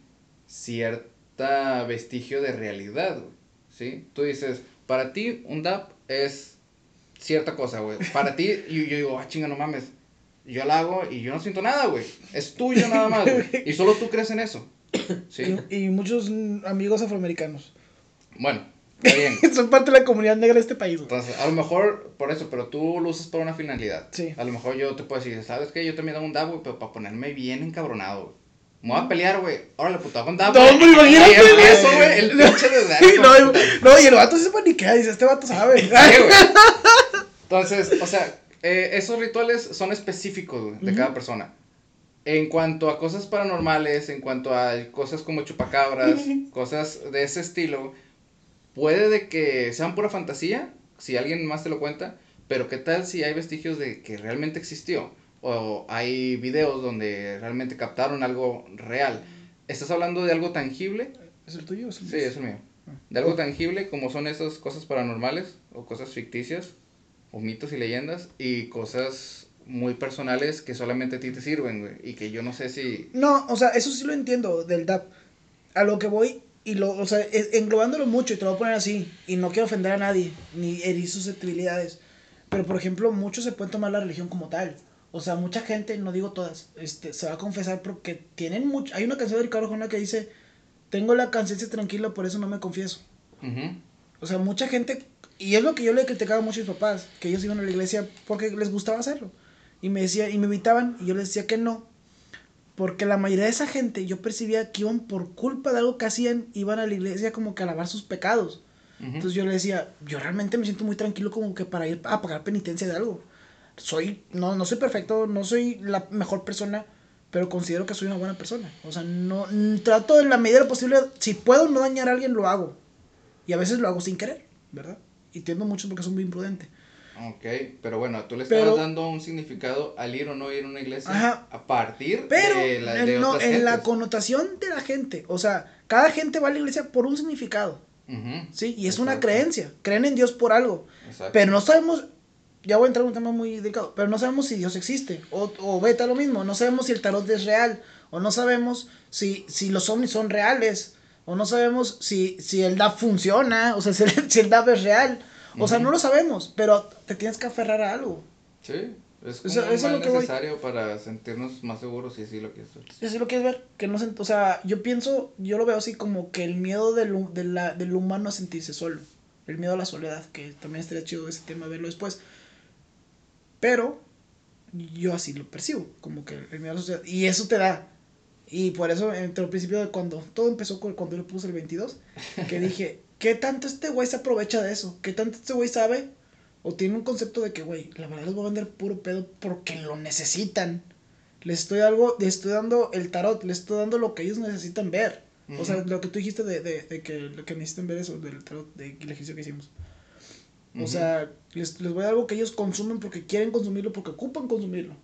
cierta vestigio de realidad, güey, ¿sí? Tú dices, para ti un DAP es cierta cosa, güey. Para ti, y yo digo, chinga, no mames. Yo la hago y yo no siento nada, güey. Es tuyo nada más, güey. Y solo tú crees en eso, ¿sí? Y muchos amigos afroamericanos. Bueno, está bien. Son parte de la comunidad negra de este país, güey. Entonces, a lo mejor por eso, pero tú lo usas para una finalidad. Sí. A lo mejor yo te puedo decir, ¿sabes qué? Yo también hago un dab, güey, pero para ponerme bien encabronado, güey. Me voy a pelear, güey. Órale, puto, hago un dab. No, hombre, imagínate, Y empiezo, güey. güey, el pinche desastre. Sí, no, y el vato se paniquea, dice, este vato sabe. Sí, güey. Entonces, o sea, esos rituales son específicos, güey, de cada persona. En cuanto a cosas paranormales, en cuanto a cosas como chupacabras, cosas de ese estilo, puede de que sean pura fantasía, si alguien más te lo cuenta, pero ¿qué tal si hay vestigios de que realmente existió? O hay videos donde realmente captaron algo real. ¿Estás hablando de algo tangible? ¿Es el tuyo o es el Sí, mío? es el mío. De algo tangible como son esas cosas paranormales o cosas ficticias o mitos y leyendas y cosas muy personales que solamente a ti te sirven, güey, y que yo no sé si... No, o sea, eso sí lo entiendo del DAP. A lo que voy, o sea, englobándolo mucho, y te lo voy a poner así, y no quiero ofender a nadie, ni herir susceptibilidades, pero por ejemplo, muchos se pueden tomar la religión como tal. O sea, mucha gente, no digo todas, se va a confesar porque tienen mucho. Hay una canción de Ricardo Arjona que dice: tengo la conciencia tranquila, por eso no me confieso. Ujú. O sea, mucha gente, y es lo que yo le criticaba a muchos papás, que ellos iban a la iglesia porque les gustaba hacerlo. Y me decía, y me invitaban, y yo les decía que no, porque la mayoría de esa gente yo percibía que iban por culpa de algo que hacían, iban a la iglesia como que a lavar sus pecados. Ujú. Entonces yo le decía, yo realmente me siento muy tranquilo como que para ir a pagar penitencia de algo. No soy perfecto, no soy la mejor persona, pero considero que soy una buena persona. O sea, no trato en la medida de lo posible, si puedo no dañar a alguien, lo hago. Y a veces lo hago sin querer, ¿verdad? Y tiendo mucho porque soy muy imprudente. Ok, pero bueno, tú le estabas Pero, dando un significado al ir o no ir a una iglesia ajá, a partir pero de no, otras en la gentes. connotación de la gente. O sea, cada gente va a la iglesia por un significado. Ujú. ¿Sí? Y es una Exacto, creencia. Creen en Dios por algo. exacto. Pero no sabemos. Ya voy a entrar en un tema muy delicado. Pero no sabemos si Dios existe. O beta lo mismo. No sabemos si el tarot es real. O no sabemos si los ovnis son reales. O no sabemos si el DAP funciona. O sea, si el DAP es real. O sea, Ujú. no lo sabemos. Pero te tienes que aferrar a algo. Sí, es como Eso un es mal lo que voy. necesario para sentirnos más seguros y así lo que es. Si así lo quieres ver, que no o sea, yo lo veo así como que el miedo del humano a sentirse solo, el miedo a la soledad, que también estaría chido ese tema verlo después, pero yo así lo percibo, como que el miedo a la soledad, y eso te da, y por eso entre el principio de cuando todo empezó cuando yo le puse el 22, que dije, ¿qué tanto este güey se aprovecha de eso? ¿Qué tanto este güey sabe? O tiene un concepto de que, güey, la verdad les voy a vender puro pedo porque lo necesitan. Les estoy dando el tarot, les estoy dando lo que ellos necesitan ver. O sea, Ujú, lo que tú dijiste de que lo que necesitan ver eso, del tarot, del ejercicio que hicimos. O ujú. sea, les voy a dar algo que ellos consumen porque quieren consumirlo, porque ocupan consumirlo.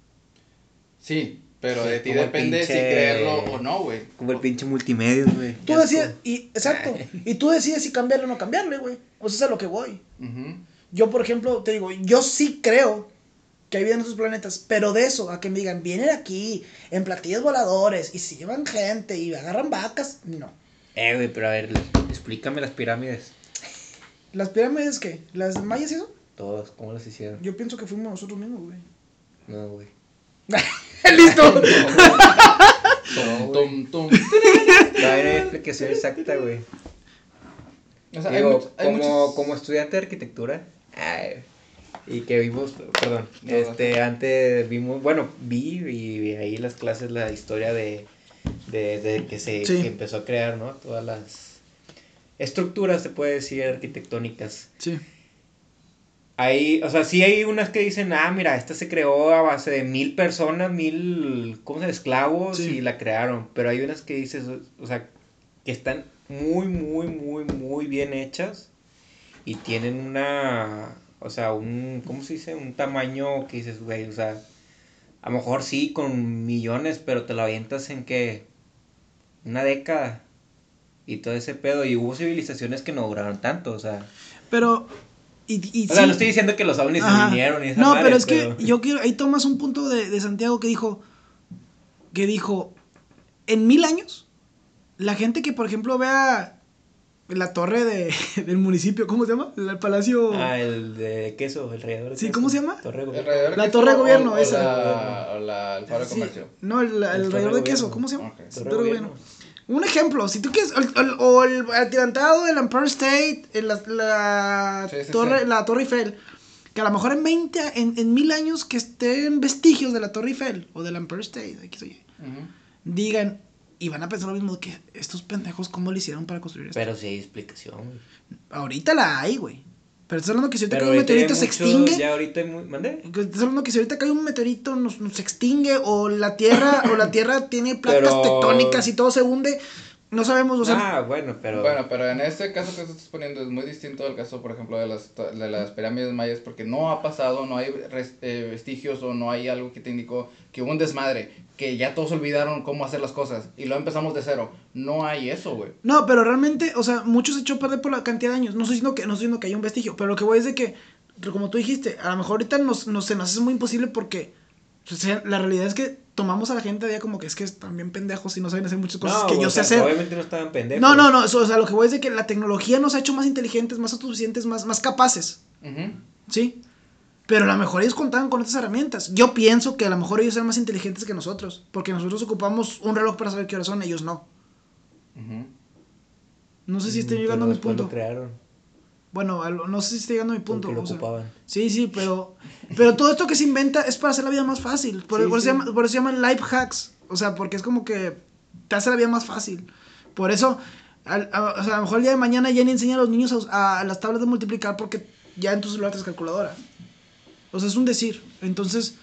Sí, pero Sí, de ti como el depende si pinche- creerlo o no, güey. Como el pinche multimedia, güey. Tú Qué decides, asco. exacto, y tú decides si cambiarle o no cambiarle, güey. O sea, es a lo que voy. Ujú. Yo, por ejemplo, te digo, yo sí creo que hay vida en otros planetas, pero de eso, a que me digan, vienen aquí en platillos voladores y se llevan gente y agarran vacas, no. Güey, pero a ver, explícame las pirámides. ¿Las pirámides qué? ¿Las mayas y eso? Todas, ¿cómo las hicieron? Yo pienso que fuimos nosotros mismos, güey. No, güey. ¡Listo! No, güey. Tum, tum. No hay una explicación exacta, güey. O sea, Digo, hay muchos... como estudiante de arquitectura, y que vimos, perdón, No, antes vimos, bueno, vi ahí las clases, la historia de que se Sí. que empezó a crear, ¿no? Todas las estructuras, se puede decir, arquitectónicas. Sí. Hay, o sea, sí hay unas que dicen, mira, esta se creó a base de 1000 personas, 1000, ¿cómo se llama? Esclavos, Sí. y la crearon. Pero hay unas que dices, o sea, que están muy, muy, muy, muy bien hechas y tienen una, o sea, ¿cómo se dice? Un tamaño que dices, güey, o sea, a lo mejor sí con millones, pero te lo avientas en que una década y todo ese pedo. Y hubo civilizaciones que no duraron tanto, o sea. Pero, O sea, no sí. estoy diciendo que los ovnis se Ajá. vinieron y esa No, madre, pero es que yo quiero, ahí tomas un punto de Santiago que dijo, en 1000 años, la gente que, por ejemplo, vea la torre del municipio, ¿cómo se llama? El palacio... el de queso, el rallador de Sí, queso. ¿cómo se llama? Torre de ¿El gobierno. rallador de La queso torre de gobierno, o esa. el faro de Sí, comercio? no, el torre rallador de de queso, gobierno. ¿cómo se llama? Ok. Sí, Torre de torre de gobierno. Un ejemplo, si tú quieres, o el atirantado del Empire State, la Sí, sí, torre, sí. la Torre Eiffel, que a lo mejor en 1000 años que estén vestigios de la Torre Eiffel o del Empire State, X o Y, Ujú. digan, y van a pensar lo mismo, que estos pendejos, ¿cómo lo hicieron para construir esto? Pero sí hay explicación, güey. Ahorita la hay, güey. Pero estás hablando que si ahorita Pero cae un ahorita hay meteorito se mucho, extingue. ya ahorita hay ¿Mandé? Estás hablando que si ahorita cae un meteorito nos extingue, o la Tierra tiene placas Pero- tectónicas y todo se hunde. No sabemos, o sea, Bueno, pero... Bueno, pero en este caso que estás poniendo es muy distinto al caso, por ejemplo, de las pirámides mayas, porque no ha pasado, no hay vestigios o no hay algo que te indicó que hubo un desmadre, que ya todos olvidaron cómo hacer las cosas y lo empezamos de cero. No hay eso, güey. no, pero realmente, o sea, mucho se echó a perder por la cantidad de años. No estoy diciendo que haya un vestigio, pero lo que voy es de que, como tú dijiste, a lo mejor ahorita se nos hace muy imposible porque, o sea, la realidad es que tomamos a la gente de día como que es que están bien pendejos y no saben hacer muchas cosas No, que yo o sé sea, hacer. obviamente no estaban pendejos. No, o sea, lo que voy es de que la tecnología nos ha hecho más inteligentes, más autosuficientes, más capaces, Ujú. ¿sí? Pero a lo mejor ellos contaban con estas herramientas. Yo pienso que a lo mejor ellos eran más inteligentes que nosotros, porque nosotros ocupamos un reloj para saber qué hora son, ellos no. Ujú. No sé si estoy Pero llegando a mi después punto. lo crearon, Bueno, no sé si estoy llegando a mi punto. porque lo o sea, ocupaban. sí, pero todo esto que se inventa es para hacer la vida más fácil. Por Sí, eso sí. por eso se llaman life hacks. O sea, porque es como que te hace la vida más fácil. Por eso, o sea, a lo mejor el día de mañana ya ni enseña a los niños a las tablas de multiplicar porque ya en tu celular tienes calculadora. O sea, es un decir. Entonces,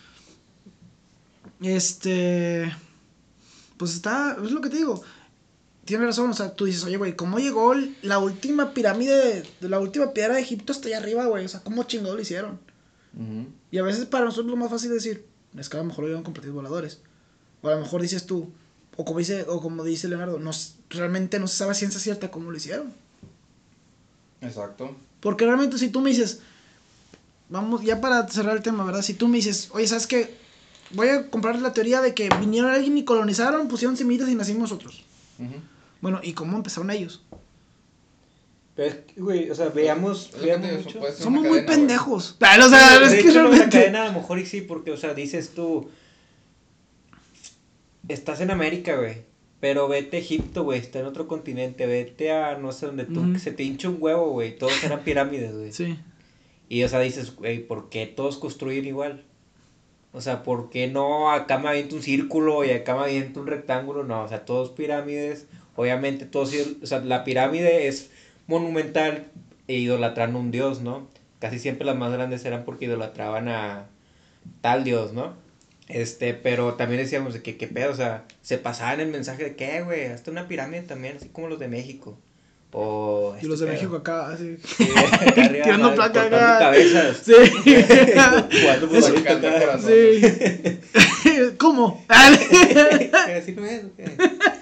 pues es lo que te digo. Tienes razón, o sea, tú dices, oye, güey, ¿cómo llegó la última pirámide, la última piedra de Egipto hasta allá arriba, güey? O sea, ¿cómo chingado lo hicieron? Ujú. Y a veces para nosotros lo más fácil es decir, es que a lo mejor lo llevan con platillos voladores. O a lo mejor dices tú, o como dice Leonardo, realmente no se sabe a ciencia cierta cómo lo hicieron. Exacto. Porque realmente si tú me dices, vamos, ya para cerrar el tema, ¿verdad? Si tú me dices, oye, ¿sabes qué? Voy a comprar la teoría de que vinieron alguien y colonizaron, pusieron semillitas y nacimos nosotros. Ujú. Bueno, ¿y cómo empezaron ellos? Pero es que, güey, o sea, veamos Es lo que te digo, mucho. eso puede ser Somos una muy cadena, pendejos. O sea, De es que hecho, la realmente... cadena a lo mejor y sí, porque, o sea, dices tú, estás en América, güey, pero vete a Egipto, güey, está en otro continente, vete a no sé dónde tú, Ujú. que se te hincha un huevo, güey, todos eran pirámides, güey. Sí. Y, o sea, dices, güey, ¿por qué todos construyen igual? O sea, ¿por qué no acá me aviento un círculo y acá me aviento un rectángulo? No, o sea, todos pirámides, obviamente todos, o sea, la pirámide es monumental e idolatrando a un dios, ¿no? Casi siempre las más grandes eran porque idolatraban a tal dios, ¿no? Pero también decíamos de que, ¿qué pedo? O sea, se pasaban el mensaje de que, güey, hasta una pirámide también, así como los de México. O Y los de pedo. México acá, así. Sí, acá arriba, Tirando madre, placa cortando acá. cabezas. Sí. Jugando futbolito Sacando acá. corazón. Sí. ¿Cómo? ¿Así no es? ¿O qué?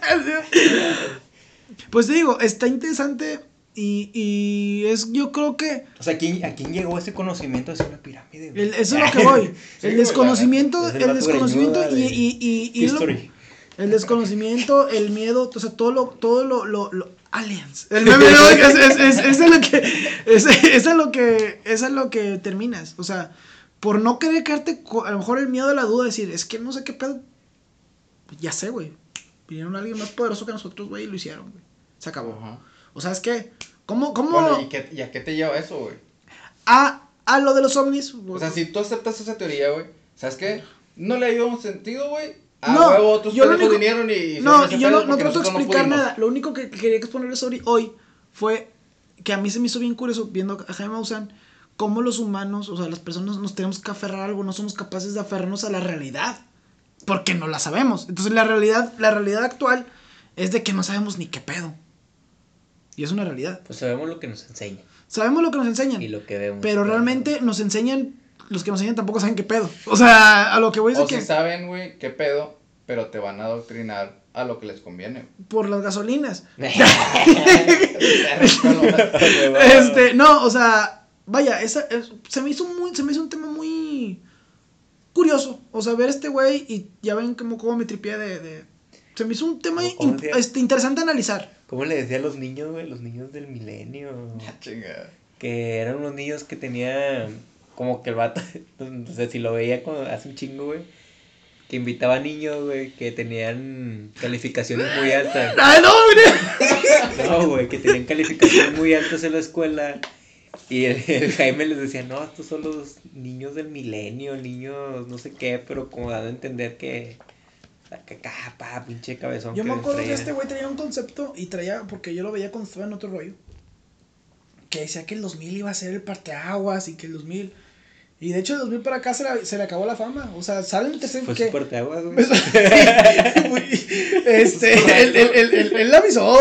Pues te digo, está interesante y yo creo que O sea, ¿a quién llegó ese conocimiento de hacer una pirámide? Güey? eso es lo que voy. Sí, El güey, desconocimiento, la neta. Es el vato greñuda de y History. el desconocimiento, el miedo, o sea, todo lo aliens. El meme es lo que terminas, o sea, por no querer quedarte a lo mejor el miedo de la duda, decir, es que no sé qué pedo. Pues ya sé, güey. Vinieron alguien más poderoso que nosotros, güey, y lo hicieron, güey. Se acabó. Ajá. O sea, es que ¿cómo Bueno, ¿y a qué te lleva eso, güey? a lo de los ovnis? O sea, si tú aceptas esa teoría, güey, ¿sabes qué? No le dio un sentido, güey. No, Huevo, otros yo lo pendejos único- vinieron y No, hicieron ese yo pedo no porque trato de nosotros no explicar pudimos. nada. Lo único que quería exponerles hoy fue que a mí se me hizo bien curioso viendo a Jaime Maussan cómo los humanos, o sea, las personas nos tenemos que aferrar a algo, no somos capaces de aferrarnos a la realidad, porque no la sabemos. Entonces la realidad actual es de que no sabemos ni qué pedo. Y es una realidad. Pues sabemos lo que nos enseñan. Sabemos lo que nos enseñan. Y lo que vemos. Pero realmente nos enseñan, los que nos enseñan tampoco saben qué pedo. O sea, a lo que voy es O que... si saben, güey, qué pedo, pero te van a adoctrinar a lo que les conviene. Por las gasolinas. Güey. No, o sea, vaya, se me hizo un tema muy curioso. O sea, ver este güey y ya ven cómo me tripié se me hizo un tema interesante a analizar. ¿Cómo le decía a los niños, güey? Los niños del milenio. Chingada. Que eran unos niños que tenían... Como que el vato... No sé si lo veía hace un chingo, güey. Que invitaba a niños, güey, que tenían calificaciones muy altas. ¡Ay, no, mire! No, güey, que tenían calificaciones muy altas en la escuela. Y el Jaime les decía, no, estos son los niños del milenio, niños no sé qué, pero como dando a entender que... pinche cabezón. Yo que me acuerdo traía. que este güey traía un concepto y traía, porque yo lo veía cuando estaba en otro rollo, que decía que el 2000 iba a ser el parteaguas y que el 2000... Y de hecho el 2000 para acá se le acabó la fama. O sea, salen el tercer... Fue que... su parteaguas, güey. Él avisó.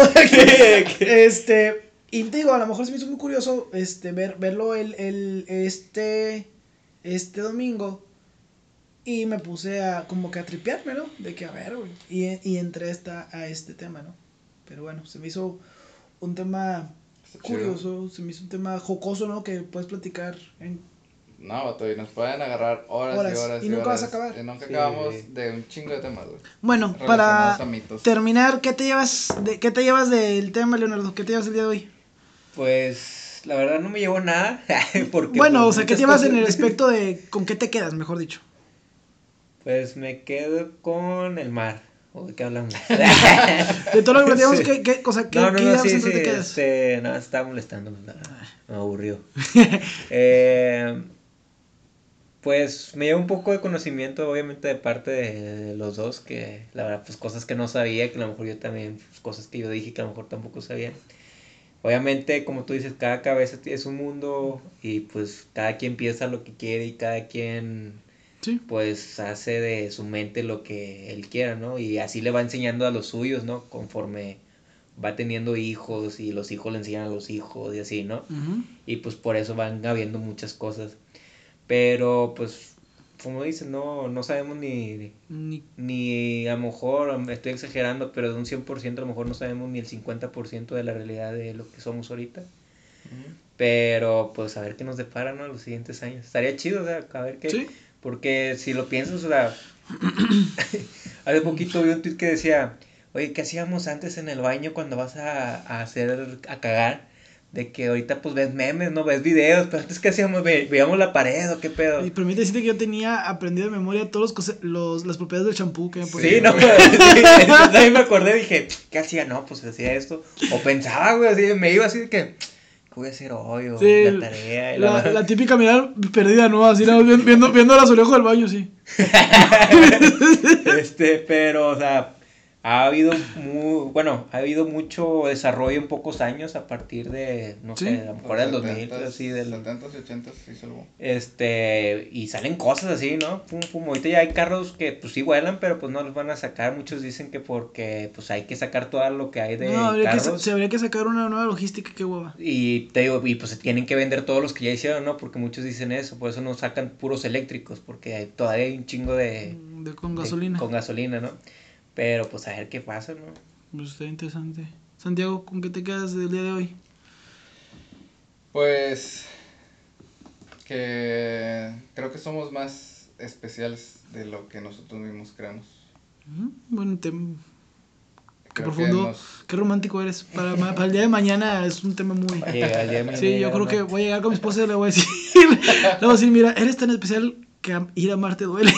Y te digo, a lo mejor se me hizo muy curioso verlo este domingo. Y me puse como que a tripearme, ¿no? De que a ver, güey. Y entré a este tema, ¿no? Pero bueno, se me hizo un tema curioso, se me hizo un tema jocoso, ¿no? Que puedes platicar en... No, vato, y nos pueden agarrar horas y horas y nunca horas, vas a acabar. Y nunca Sí. acabamos de un chingo de temas, güey. Bueno, Relacionados para a mitos. terminar, ¿qué te llevas del tema, Leonardo? ¿Qué te llevas el día de hoy? Pues, la verdad no me llevo nada. Porque, Bueno, pues, o sea, ¿qué te muchas llevas en el cosas- aspecto de con qué te quedas, mejor dicho? Pues me quedo con el mar. ¿O de qué hablamos? De todo lo que platicamos, Sí. ¿qué No, idea sí, central sí, te quedas? no, estaba molestando, me aburrió. Pues me llevo un poco de conocimiento, obviamente, de parte de los dos, que la verdad, pues cosas que no sabía, que a lo mejor yo también, pues, cosas que yo dije que a lo mejor tampoco sabía. Obviamente, como tú dices, cada cabeza es un mundo y pues cada quien piensa lo que quiere y cada quien Sí. pues hace de su mente lo que él quiera, ¿no? Y así le va enseñando a los suyos, ¿no? Conforme va teniendo hijos y los hijos le enseñan a los hijos y así, ¿no? Uh-huh. Y pues por eso van habiendo muchas cosas. Pero pues, como dicen, no sabemos ni a lo mejor, estoy exagerando, pero de un 100% a lo mejor no sabemos ni el 50% de la realidad de lo que somos ahorita. Pero pues a ver qué nos depara, ¿no? Los siguientes años. Estaría chido, o sea, a ver qué... Sí. Porque si lo piensas, o sea, hace poquito vi un tweet que decía, oye, ¿qué hacíamos antes en el baño cuando vas a cagar? De que ahorita pues ves memes, no ves videos, pero antes ¿qué hacíamos? Veíamos la pared o qué pedo. Y permite decirte que yo tenía aprendido de memoria todos las propiedades del champú que me ponía. Sí, no, sí, entonces ahí me acordé, dije, ¿qué hacía? No, pues hacía esto. O pensaba, güey, así, me iba así de que, ¿qué voy a hacer hoy? O Sí, la tarea. Y la típica mirada perdida, ¿no? Así viendo el azulejo del baño, sí. Pero, o sea, ha habido ha habido mucho desarrollo en pocos años a partir de, no Sí. sé, a lo mejor del 2000, así del... 70s y 80s hizo el boom. Y salen cosas así, ¿no? Pum, pum. Ahorita ya hay carros que pues sí vuelan, pero pues no los van a sacar. Muchos dicen que porque pues hay que sacar todo lo que hay de No, carros. se habría que sacar una nueva logística, qué hueva. Y te digo, y pues se tienen que vender todos los que ya hicieron, ¿no? Porque muchos dicen eso, por eso no sacan puros eléctricos, porque todavía hay un chingo Con gasolina. con gasolina, ¿no? Pero pues a ver qué pasa, ¿no? Pues está interesante. Santiago, ¿con qué te quedas del día de hoy? Pues que creo que somos más especiales de lo que nosotros mismos creemos. Bueno, qué Creo profundo, qué romántico eres. Para el día de mañana es un tema muy... Va a llegar el día de mañana, Sí, yo creo ¿no? que voy a llegar con mi esposa y le voy a decir, mira, eres tan especial que ir a Marte duele.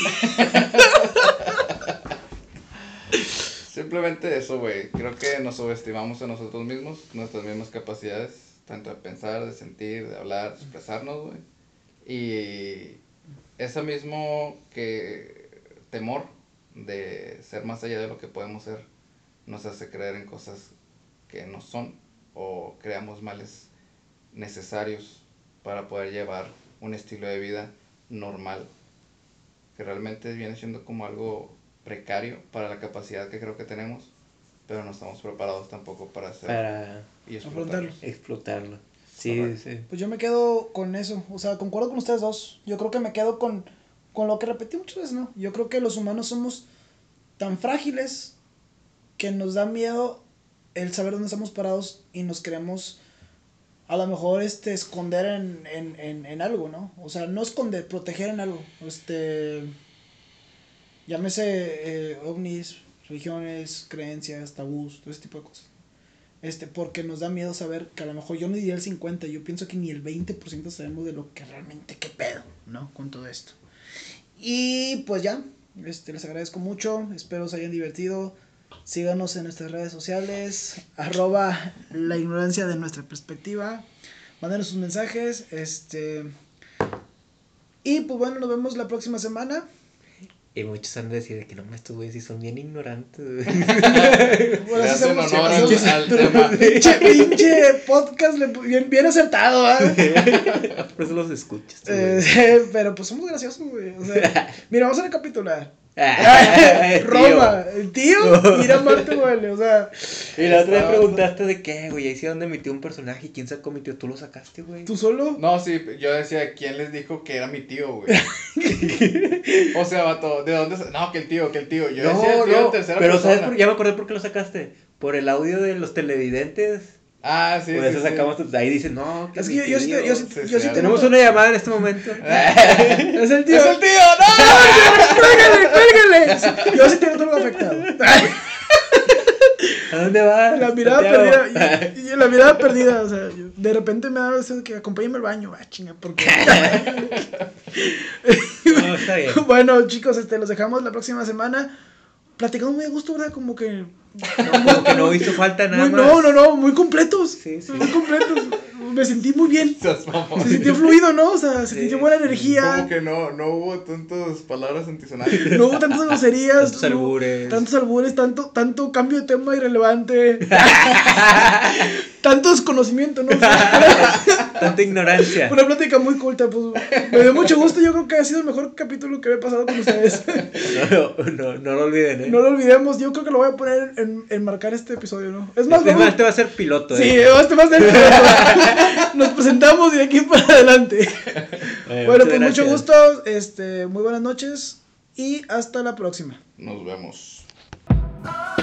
Simplemente eso, güey. Creo que nos subestimamos a nosotros mismos, nuestras mismas capacidades, tanto de pensar, de sentir, de hablar, de expresarnos, güey. Y ese mismo temor de ser más allá de lo que podemos ser nos hace creer en cosas que no son o creamos males necesarios para poder llevar un estilo de vida normal, que realmente viene siendo como algo precario para la capacidad que creo que tenemos, pero no estamos preparados tampoco para hacer y explotarlo. Sí, Correcto. sí. Pues yo me quedo con eso, o sea, concuerdo con ustedes dos. Yo creo que me quedo con lo que repetí muchas veces, ¿no? Yo creo que los humanos somos tan frágiles que nos da miedo el saber dónde estamos parados y nos queremos a lo mejor esconder en algo, ¿no? O sea, no esconder, proteger en algo. Llámese ovnis, religiones, creencias, tabús, todo ese tipo de cosas. Porque nos da miedo saber que a lo mejor yo no diría el 50%, yo pienso que ni el 20% sabemos de lo que realmente, qué pedo, ¿no? Con todo esto. Y pues ya, les agradezco mucho, espero se hayan divertido. Síganos en nuestras redes sociales, @la ignorancia de nuestra perspectiva. Mándenos sus mensajes, y pues bueno, nos vemos la próxima semana. Y muchos han de decir que no me estos güeyes si son bien ignorantes. Bueno, Le así hacen somos, honor al tema. pinche podcast bien acertado, ¿eh? Por eso los escuchas. Pero pues somos graciosos, güey. O sea, mira, vamos a recapitular. Tío. Roma, el tío, ir a Marte duele, o sea. Y la otra vez preguntaste de qué, güey. Ahí sí dónde mi tío un personaje. ¿Y quién sacó mi tío? ¿Tú lo sacaste, güey? ¿Tú solo? No, sí, yo decía, ¿quién les dijo que era mi tío, güey? O sea, vato, ¿de dónde? No, que el tío. Yo decía el tío en tercera pero persona. ¿sabes? Ya me acordé por qué lo sacaste. Por el audio de los televidentes. Ah, sí, Por eso sacamos. Ahí dicen, no, que Es mi que yo sí tío. Tenemos tengo- una llamada en este momento. Es el tío. ¡Es el tío! ¡No! ¡Cuélgale! Yo sí tengo algo afectado. ¿A dónde vas? La mirada Santiago? perdida. Y la mirada perdida, o sea, de repente me da eso de que acompáñame al baño. Ah, chinga, ¿por qué? No, está bien. Bueno, chicos, los dejamos la próxima semana. Platicamos muy a gusto, ¿verdad? Como que Como que no hizo falta nada muy, más. no, muy completos. Sí, sí. Muy completos. Me sentí muy bien. Seas mamón. Se sintió fluido, ¿no? O sea, se Sí, sintió buena sí. energía. Como que no hubo tantas palabras antisonantes. No hubo tantas groserías. Tantos albures. Tantos albures, tanto cambio de tema irrelevante. Tanto desconocimiento, ¿no? O sea, Tanta ignorancia. una plática muy culta, pues me dio mucho gusto. Yo creo que ha sido el mejor capítulo que me he pasado con ustedes. No lo olviden, No lo olvidemos. Yo creo que lo voy a poner en marcar este episodio, ¿no? Es más, vamos. Este va a ser piloto. Sí, este va a ser nos presentamos y de aquí para adelante. Bueno, pues mucho gusto, muy buenas noches y hasta la próxima. Nos vemos.